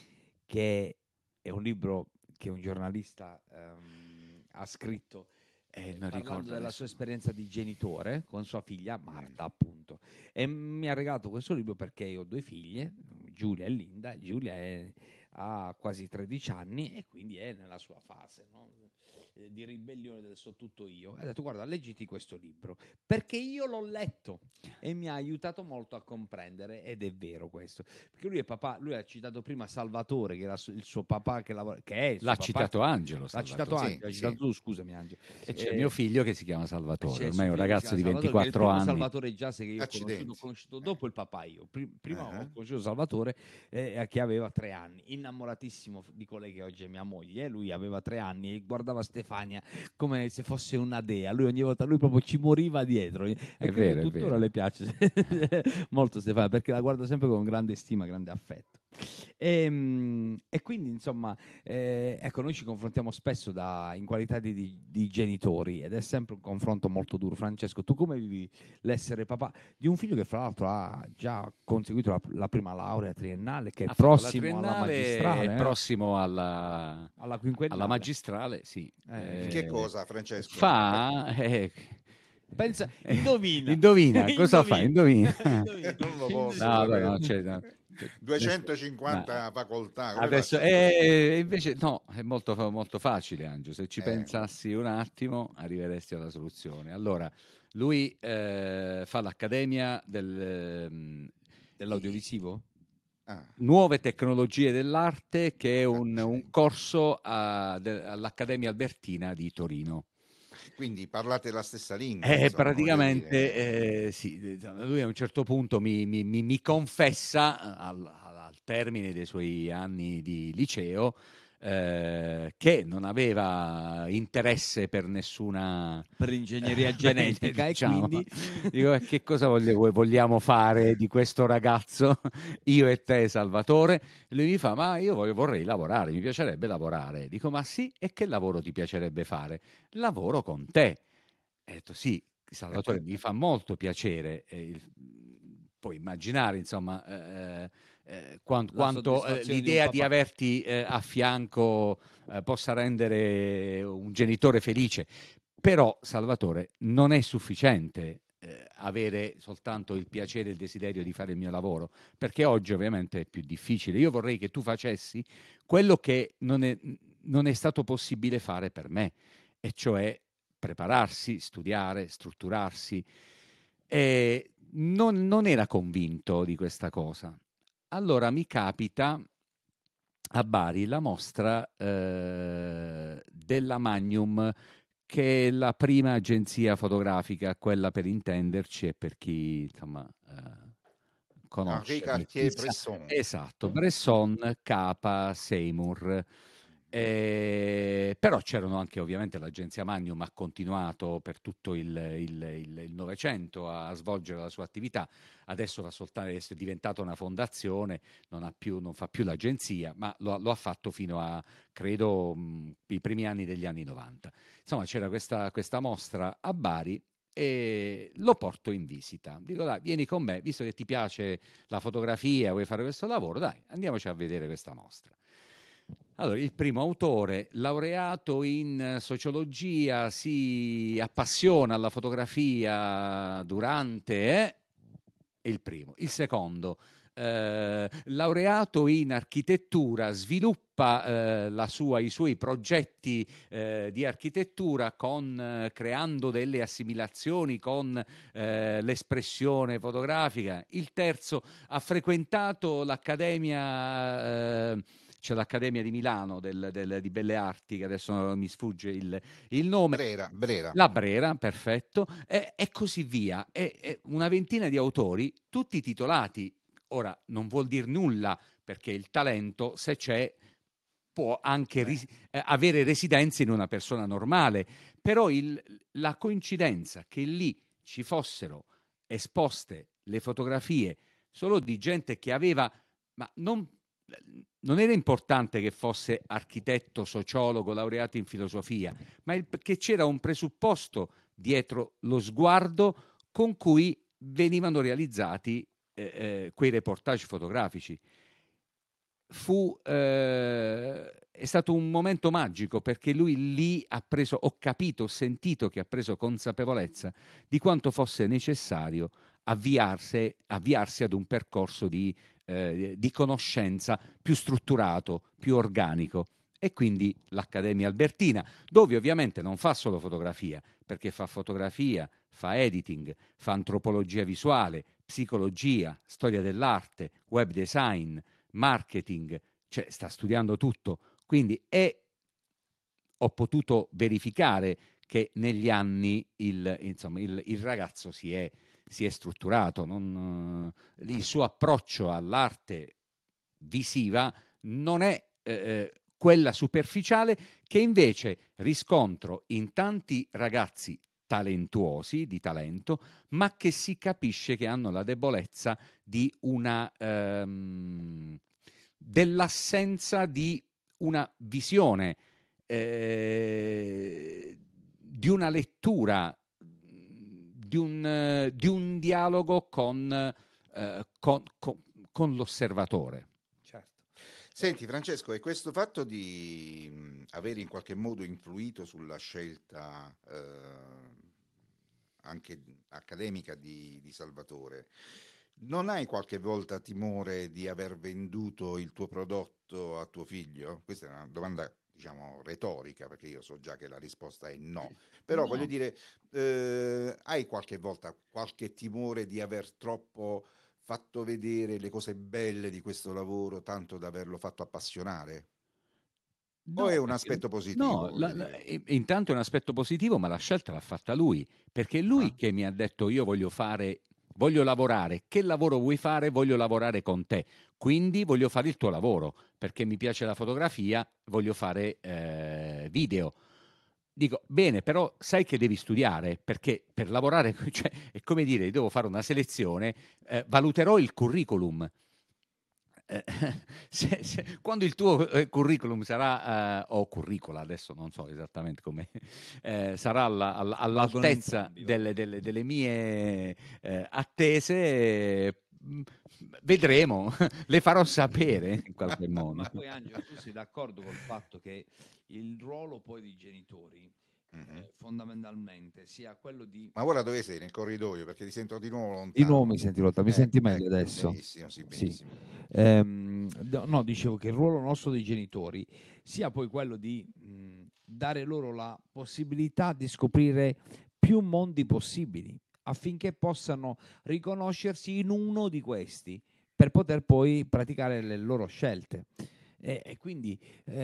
che è un libro che un giornalista ehm, ha scritto Eh, eh, non parlando ricordo della adesso. sua esperienza di genitore con sua figlia Marta, appunto. E mi ha regalato questo libro perché io ho due figlie, Giulia e Linda. Giulia è- ha quasi tredici anni e quindi è nella sua fase, no? Eh, di ribellione del so tutto io. E ha detto: guarda, leggiti questo libro, perché io l'ho letto e mi ha aiutato molto a comprendere, ed è vero questo, perché lui è papà, lui ha citato prima Salvatore, che era su- il suo papà, che, lavora, che è il suo L'ha papà. citato Angelo, L'ha citato Salvatore. Sì, Angelo, l'ha sì. citato tu, scusami Angelo. E c'è Eh, mio figlio che si chiama Salvatore, c'è il ormai è suo un figlio che si ragazzo di chiama Salvatore, che è il ventiquattro primo anni. Salvatore jazz che io ho conosciuto, Accidenti. ho conosciuto Eh. dopo il papà io. Pri- prima Ah. ho conosciuto Salvatore eh, che aveva tre anni, innamoratissimo di colei che oggi è mia moglie. Lui aveva tre anni e guardava Stefania come se fosse una dea. Lui ogni volta, lui proprio ci moriva dietro. E È credo vero, è tuttora vero. le piace molto Stefania, perché la guarda sempre con grande stima, grande affetto. E, mm, e quindi insomma eh, ecco, noi ci confrontiamo spesso da, in qualità di, di- di genitori, ed è sempre un confronto molto duro. Francesco, tu come vivi l'essere papà di un figlio che fra l'altro ha già conseguito la, la prima laurea triennale, che è Ha fatto la prossimo alla triennale, magistrale, è eh? prossimo alla, alla quinquennale. alla magistrale, sì. Eh, In che Eh, cosa, Francesco? fa... eh, Pensa, eh, indovina. indovina, cosa fa? Indovina. Indovina. Non lo Ind- posso No, vabbè, sapere. no, cioè, no, duecentocinquanta Ma facoltà, come adesso faccio a dire? eh, invece no, è molto, fa- molto facile, Angelo. Se ci Eh, pensassi un attimo, arriveresti alla soluzione. Allora, lui eh, fa l'Accademia del, ehm, dell'audiovisivo, ah, Nuove tecnologie dell'arte, che è un, un accidenti. corso a- de- all'Accademia Albertina di Torino. Quindi parlate la stessa lingua, Eh, insomma, voglio praticamente, dire. eh, sì, eh, lui a un certo punto mi, mi- mi- mi confessa al, al- al termine dei suoi anni di liceo eh, che non aveva interesse per nessuna Per l'ingegneria per- genetica e diciamo. quindi Dico, "Eh, che cosa voglia- vogliamo fare di questo ragazzo, io e te, Salvatore?" E lui mi fa, ma io voglio- vorrei lavorare, mi piacerebbe lavorare. Dico, ma sì, e che lavoro ti piacerebbe fare? Lavoro con te. E ho detto sì, Salvatore, mi fa molto piacere. eh, il- puoi immaginare, insomma, eh, eh, quan- la quanto eh, soddisfazione di un l'idea di papà. averti eh, a fianco eh, possa rendere un genitore felice. Però, Salvatore, non è sufficiente eh, avere soltanto il piacere e il desiderio di fare il mio lavoro, perché oggi ovviamente è più difficile. Io vorrei che tu facessi quello che non è, non è stato possibile fare per me, e cioè prepararsi, studiare, strutturarsi. E non, non era convinto di questa cosa. Allora mi capita a Bari la mostra eh, della Magnum, che è la prima agenzia fotografica, quella per intenderci e per chi insomma eh, Henri conosce, chi- chi sa. Cartier-Bresson. Esatto, Bresson, Capa, Seymour. Eh, però c'erano anche ovviamente l'agenzia Magnum ha continuato per tutto il, il- il- il Novecento a svolgere la sua attività, adesso fa soltanto, è diventata una fondazione, non, ha più, non fa più l'agenzia, ma lo, lo ha fatto fino a, credo, mh, i primi anni degli anni novanta. Insomma, c'era questa, questa mostra a Bari e lo porto in visita. Dico, dai, vieni con me, visto che ti piace la fotografia, vuoi fare questo lavoro, dai, andiamoci a vedere questa mostra. Allora, il primo autore, laureato in sociologia, si appassiona alla fotografia durante, eh, è il primo. Il secondo, eh, laureato in architettura, sviluppa eh, la sua, i suoi progetti eh, di architettura con, eh, creando delle assimilazioni con eh, l'espressione fotografica. Il terzo ha frequentato l'accademia. Eh, c'è l'Accademia di Milano del- del- di Belle Arti, che adesso mi sfugge il, il nome, Brera, Brera. la Brera, perfetto, e, e così via. E, e una ventina di autori, tutti titolati. Ora, non vuol dire nulla, perché il talento, se c'è, può anche ris- eh, avere residenza in una persona normale, però il- la coincidenza che lì ci fossero esposte le fotografie solo di gente che aveva, ma non, non era importante che fosse architetto, sociologo, laureato in filosofia, ma il- che c'era un presupposto dietro lo sguardo con cui venivano realizzati eh, eh, quei reportage fotografici. Fu, eh, è stato un momento magico, perché lui lì ha preso, ho capito, ho sentito che ha preso consapevolezza di quanto fosse necessario avviarsi, avviarsi ad un percorso di, eh, di conoscenza più strutturato, più organico. E quindi l'Accademia Albertina, dove ovviamente non fa solo fotografia, perché fa fotografia, fa editing, fa antropologia visuale, psicologia, storia dell'arte, web design, marketing, cioè sta studiando tutto. Quindi è, ho potuto verificare che negli anni il, insomma, il, il ragazzo si è, si è strutturato, non, eh, il suo approccio all'arte visiva non è eh, quella superficiale che invece riscontro in tanti ragazzi talentuosi, di talento, ma che si capisce che hanno la debolezza di una ehm, dell'assenza di una visione, eh, di una lettura, di un, eh, di un dialogo con, eh, con, con, con l'osservatore. Certo. Senti Francesco, e questo fatto di mh, aver in qualche modo influito sulla scelta eh, anche accademica di, di Salvatore, Non hai qualche volta timore di aver venduto il tuo prodotto a tuo figlio? Questa è una domanda, diciamo, retorica, perché io so già che la risposta è no. Però voglio No, dire, eh, hai qualche volta qualche timore di aver troppo fatto vedere le cose belle di questo lavoro, tanto da averlo fatto appassionare? O è No, un perché aspetto positivo, no, voglio la la dire? i intanto è un aspetto positivo, ma la scelta l'ha fatta lui, perché è lui Ah, che mi ha detto: "Io voglio fare voglio lavorare. Che lavoro vuoi fare? Voglio lavorare con te. Quindi voglio fare il tuo lavoro, perché mi piace la fotografia, voglio fare, ehm, video." Dico: "Bene, però sai che devi studiare, perché per lavorare" cioè è come dire: "Devo fare una selezione, ehm, valuterò il curriculum." Eh, se se quando il tuo, ehm, curriculum sarà, ehm, o curricula, adesso non so esattamente come, ehm, sarà alla alla valgono all'altezza entrambi, delle valgono delle entrambi. delle mie, ehm, attese, mhmm, vedremo, le farò sapere in qualche modo. Ma poi Angelo, tu sei d'accordo col fatto che il ruolo poi dei genitori, mhm. eh, fondamentalmente sia quello di... Ma ora dove sei? Nel corridoio? Perché ti sento di nuovo Di nuovo mi lontano. senti lontano, mi senti Ecco, meglio ecco, adesso? benissimo, sì, Sì. benissimo. Ehm, no, no, dicevo che il ruolo nostro dei genitori sia poi quello di mh, dare loro la possibilità di scoprire più mondi possibili affinché possano riconoscersi in uno di questi per poter poi praticare le loro scelte. E, e quindi,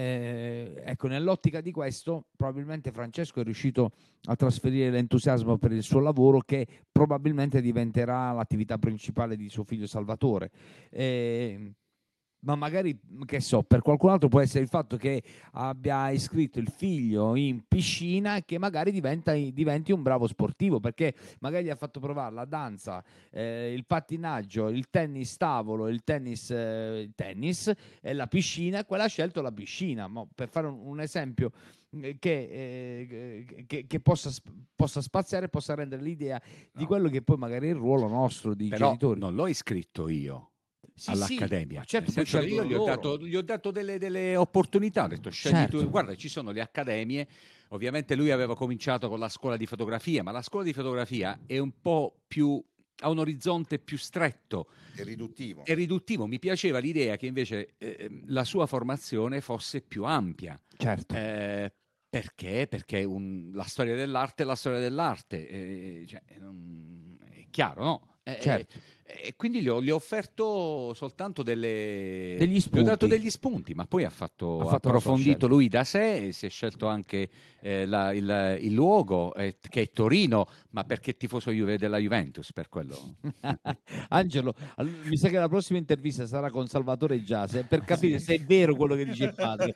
eh, ecco, nell'ottica di questo, probabilmente Francesco è riuscito a trasferire l'entusiasmo per il suo lavoro che probabilmente diventerà l'attività principale di suo figlio Salvatore. Eh, ma magari, che so, per qualcun altro può essere il fatto che abbia iscritto il figlio in piscina e che magari diventa, diventi un bravo sportivo, perché magari gli ha fatto provare la danza, eh, il pattinaggio, il tennis tavolo, il tennis, eh, il tennis e la piscina, e quella ha scelto la piscina. Mo, per fare un, un esempio eh, che, eh, che, che possa, possa spaziare, possa rendere l'idea di No, quello che poi magari è il ruolo nostro di però genitori. non l'ho iscritto io Sì, sì, ma all'accademia, nel certo, poi senso che io scelgono gli ho loro. dato gli ho dato delle delle opportunità, ho detto: "Scegli tu". Certo, Guarda, ci sono le accademie, ovviamente lui aveva cominciato con la scuola di fotografia, ma la scuola di fotografia è un po' più ha un orizzonte più stretto È riduttivo. e riduttivo. Mi piaceva l'idea che invece, ehm, la sua formazione fosse più ampia. certo. Ehm, perché? Perché un la storia dell'arte è la storia dell'arte, ehm, cioè, non è chiaro, no? E Certo, e quindi gli ho gli ho offerto soltanto delle degli gli ho dato spunti. degli spunti, ma poi ha Ha fatto ha fatto la sua approfondito scelta. lui da sé e si è scelto anche, ehm, la il il luogo, ehm, che è Torino, ma perché è tifoso Juve della Juventus, per quello. Angelo, al- mi sa che la prossima intervista sarà con Salvatore Giase per capire Sì. se è vero quello che dice il padre.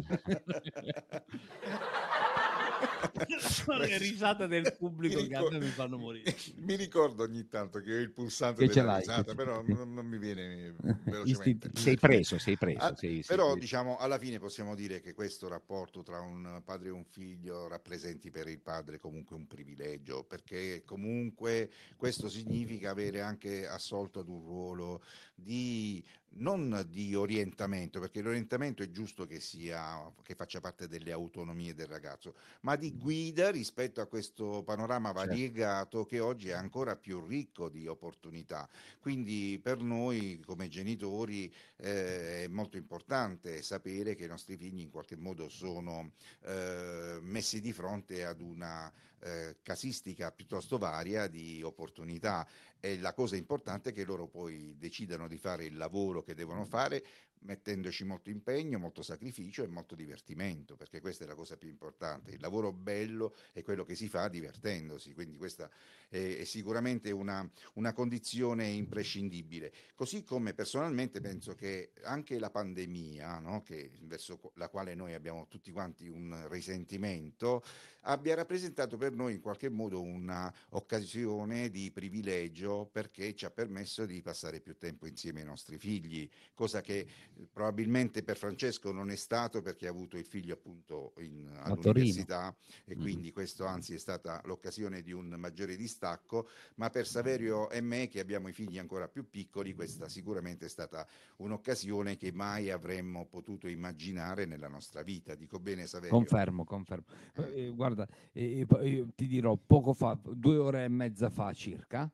Sono le risate del Mi, pubblico che a ricor- me mi fanno morire. mi ricordo ogni tanto che ho il pulsante Che ce della l'hai, che risata, ce- però sì. non, non mi viene velocemente. Sei Istintivamente. preso, sei preso, Ah, sei sei però preso. diciamo alla fine possiamo dire che questo rapporto tra un padre e un figlio rappresenti per il padre comunque un privilegio, perché comunque questo significa avere anche assolto ad un ruolo di non di orientamento, perché l'orientamento è giusto che sia che faccia parte delle autonomie del ragazzo, ma di guida rispetto a questo panorama Certo. variegato che oggi è ancora più ricco di opportunità. Quindi per noi come genitori eh, è molto importante sapere che i nostri figli in qualche modo sono eh, messi di fronte ad una eh, casistica piuttosto varia di opportunità, e la cosa importante è che loro poi decidano di fare il lavoro che devono fare mettendoci molto impegno, molto sacrificio e molto divertimento, perché questa è la cosa più importante. Il lavoro bello è quello che si fa divertendosi, quindi questa è, è sicuramente una, una condizione imprescindibile. Così come personalmente penso che anche la pandemia, no, che verso la quale noi abbiamo tutti quanti un risentimento, abbia rappresentato per noi in qualche modo un'occasione di privilegio, perché ci ha permesso di passare più tempo insieme ai nostri figli, cosa che probabilmente per Francesco non è stato, perché ha avuto il figlio appunto in, A Torino. all'università, e Mh-mh. quindi questo anzi è stata l'occasione di un maggiore distacco, ma per Saverio e me che abbiamo i figli ancora più piccoli questa sicuramente è stata un'occasione che mai avremmo potuto immaginare nella nostra vita. Dico bene, Saverio? Confermo, confermo. Eh. Eh, guarda, eh, po- io ti dirò, poco fa, due ore e mezza fa circa,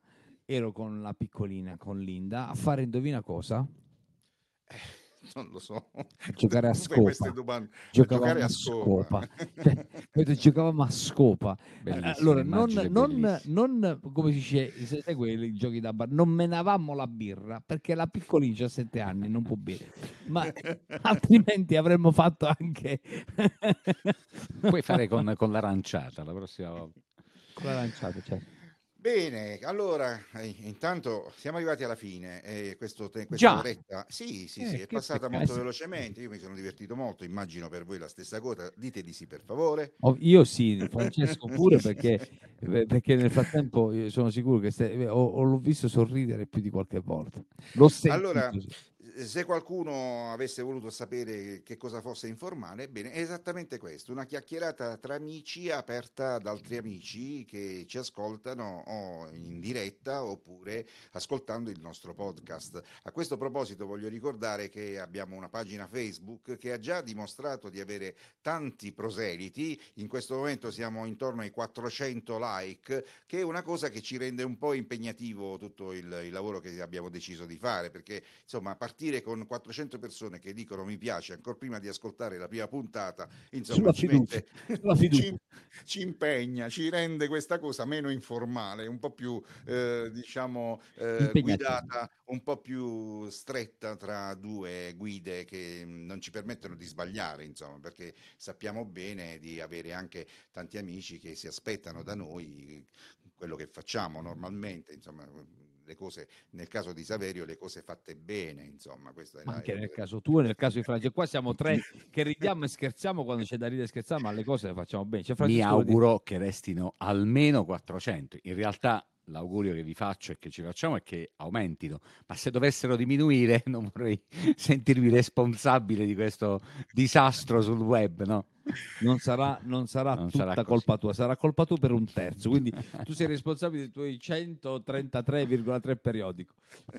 ero con la piccolina, con Linda, a fare, indovina cosa? Eh, non lo so. Giocare a Tu fai queste scopa. domande. A Giocavamo giocare a a scopa. scopa. Cioè, capito? Giocavamo a scopa. Eh, Bellissima Allora, non, immagine, non, bellissima. non, come si dice, se- sai quelli giochi da bar, non menavamo la birra perché la piccolina ha sette anni, non può bere, ma altrimenti avremmo fatto anche Puoi fare con, con l'aranciata la prossima volta. con l'aranciata, certo. Bene, allora, eh, intanto siamo arrivati alla fine. E questo te- questa Già, oretta, sì, sì, Eh, sì, è che passata peccato. molto Eh sì. velocemente. Io mi sono divertito molto. Immagino per voi la stessa cosa. Dite di sì, per favore. Oh, io sì, Francesco pure, perché, eh, perché nel frattempo io sono sicuro che se- eh, ho, ho- l'ho visto sorridere più di qualche volta. L'ho Allora, sentito. Sì. eh, se qualcuno avesse voluto sapere che cosa fosse informale, bene, è esattamente questo, una chiacchierata tra amici aperta ad altri amici che ci ascoltano o in diretta oppure ascoltando il nostro podcast. A questo proposito voglio ricordare che abbiamo una pagina Facebook che ha già dimostrato di avere tanti proseliti, in questo momento siamo intorno ai quattrocento like, che è una cosa che ci rende un po' impegnativo tutto il, il lavoro che abbiamo deciso di fare, perché insomma partire con quattrocento persone che dicono mi piace ancora prima di ascoltare la prima puntata, insomma Sulla ci fiducia, mette, sulla fiducia. ci, ci impegna, ci rende questa cosa meno informale, un po' più eh, diciamo eh, Impegnativo. guidata, un po' più stretta tra due guide che mh, non ci permettono di sbagliare, insomma, perché sappiamo bene di avere anche tanti amici che si aspettano da noi quello che facciamo normalmente, insomma, le cose, nel caso di Saverio, le cose fatte bene, insomma, questo è, Ma la, è anche lo nel che... caso tuo, nel caso di Francesco, qua siamo tre che ridiamo e scherziamo quando c'è da ridere e scherzare, ma le cose le facciamo bene. C'è Mi Francesco lo dice. auguro che restino almeno quattrocento. In realtà l'augurio che vi faccio e che ci facciamo è che aumentino, ma se dovessero diminuire non vorrei sentirmi responsabile di questo disastro sul web, no? Non sarà, non sarà Non sarà tutta così. colpa tua, sarà colpa tua per un terzo. Quindi tu sei responsabile dei tuoi centotrentatré virgola tre periodico.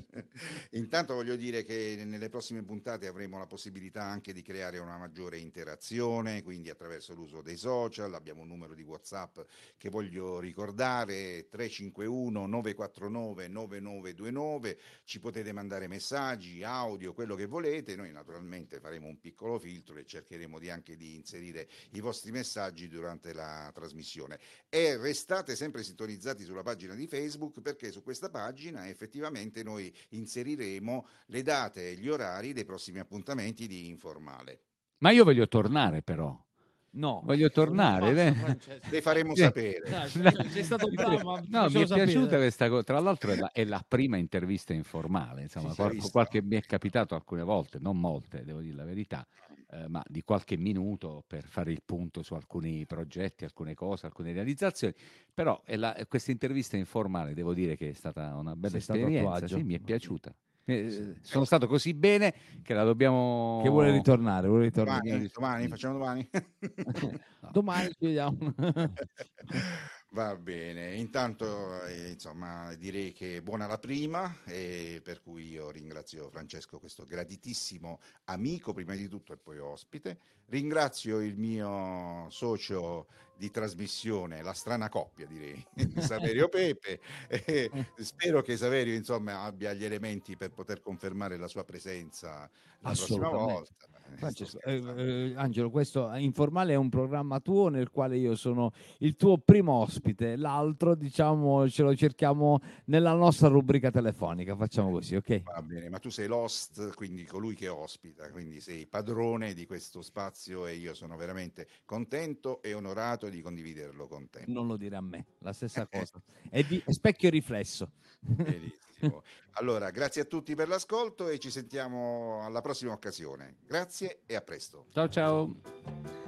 Intanto voglio dire che nelle prossime puntate avremo la possibilità anche di creare una maggiore interazione, quindi attraverso l'uso dei social. Abbiamo un numero di WhatsApp che voglio ricordare, tre cinque uno nove quattro nove nove nove due nove. Ci potete mandare messaggi, audio, quello che volete. Noi naturalmente faremo un piccolo filtro e cercheremo di anche di inserire i vostri messaggi durante la trasmissione. E restate sempre sintonizzati sulla pagina di Facebook, perché su questa pagina effettivamente noi inseriremo le date e gli orari dei prossimi appuntamenti di Informale. Ma io voglio tornare però. No, Voglio tornare. basta, eh. Francesco. Le faremo Sì. sapere. Dai, No, sei- sei stato bravo, ma no, mi facciamo è piaciuta sapere. questa cosa. Tra l'altro è la, è la prima intervista informale, insomma, Sì, hai qual- visto? qualche mi è capitato alcune volte, non molte, devo dire la verità, eh, ma di qualche minuto per fare il punto su alcuni progetti, alcune cose, alcune realizzazioni. Però è la- questa intervista informale, devo dire che è stata una bella Sei stato a tuo esperienza, agio. sì, mi è piaciuta. Eh, Sì. sono stato così bene che la dobbiamo... Che vuole ritornare, vuole ritornare. Domani, domani, facciamo domani. No. Domani ci vediamo. Va bene, intanto eh, insomma direi che buona la prima, e per cui io ringrazio Francesco, questo graditissimo amico prima di tutto e poi ospite. Ringrazio il mio socio di trasmissione, la strana coppia direi, Saverio Pepe, e spero che Saverio insomma abbia gli elementi per poter confermare la sua presenza la prossima Assolutamente. volta. Eh, sto Francesco, eh, scherzando. eh, Angelo, questo informale è un programma tuo nel quale io sono il tuo primo ospite, l'altro diciamo ce lo cerchiamo nella nostra rubrica telefonica, facciamo così, ok? Va bene, ma tu sei l'host, quindi colui che ospita, quindi sei padrone di questo spazio e io sono veramente contento e onorato di condividerlo con te. Non lo dire a me, la stessa cosa. È, di, è specchio e riflesso. Benissimo. Allora, grazie a tutti per l'ascolto e ci sentiamo alla prossima occasione. Grazie e a presto. Ciao ciao.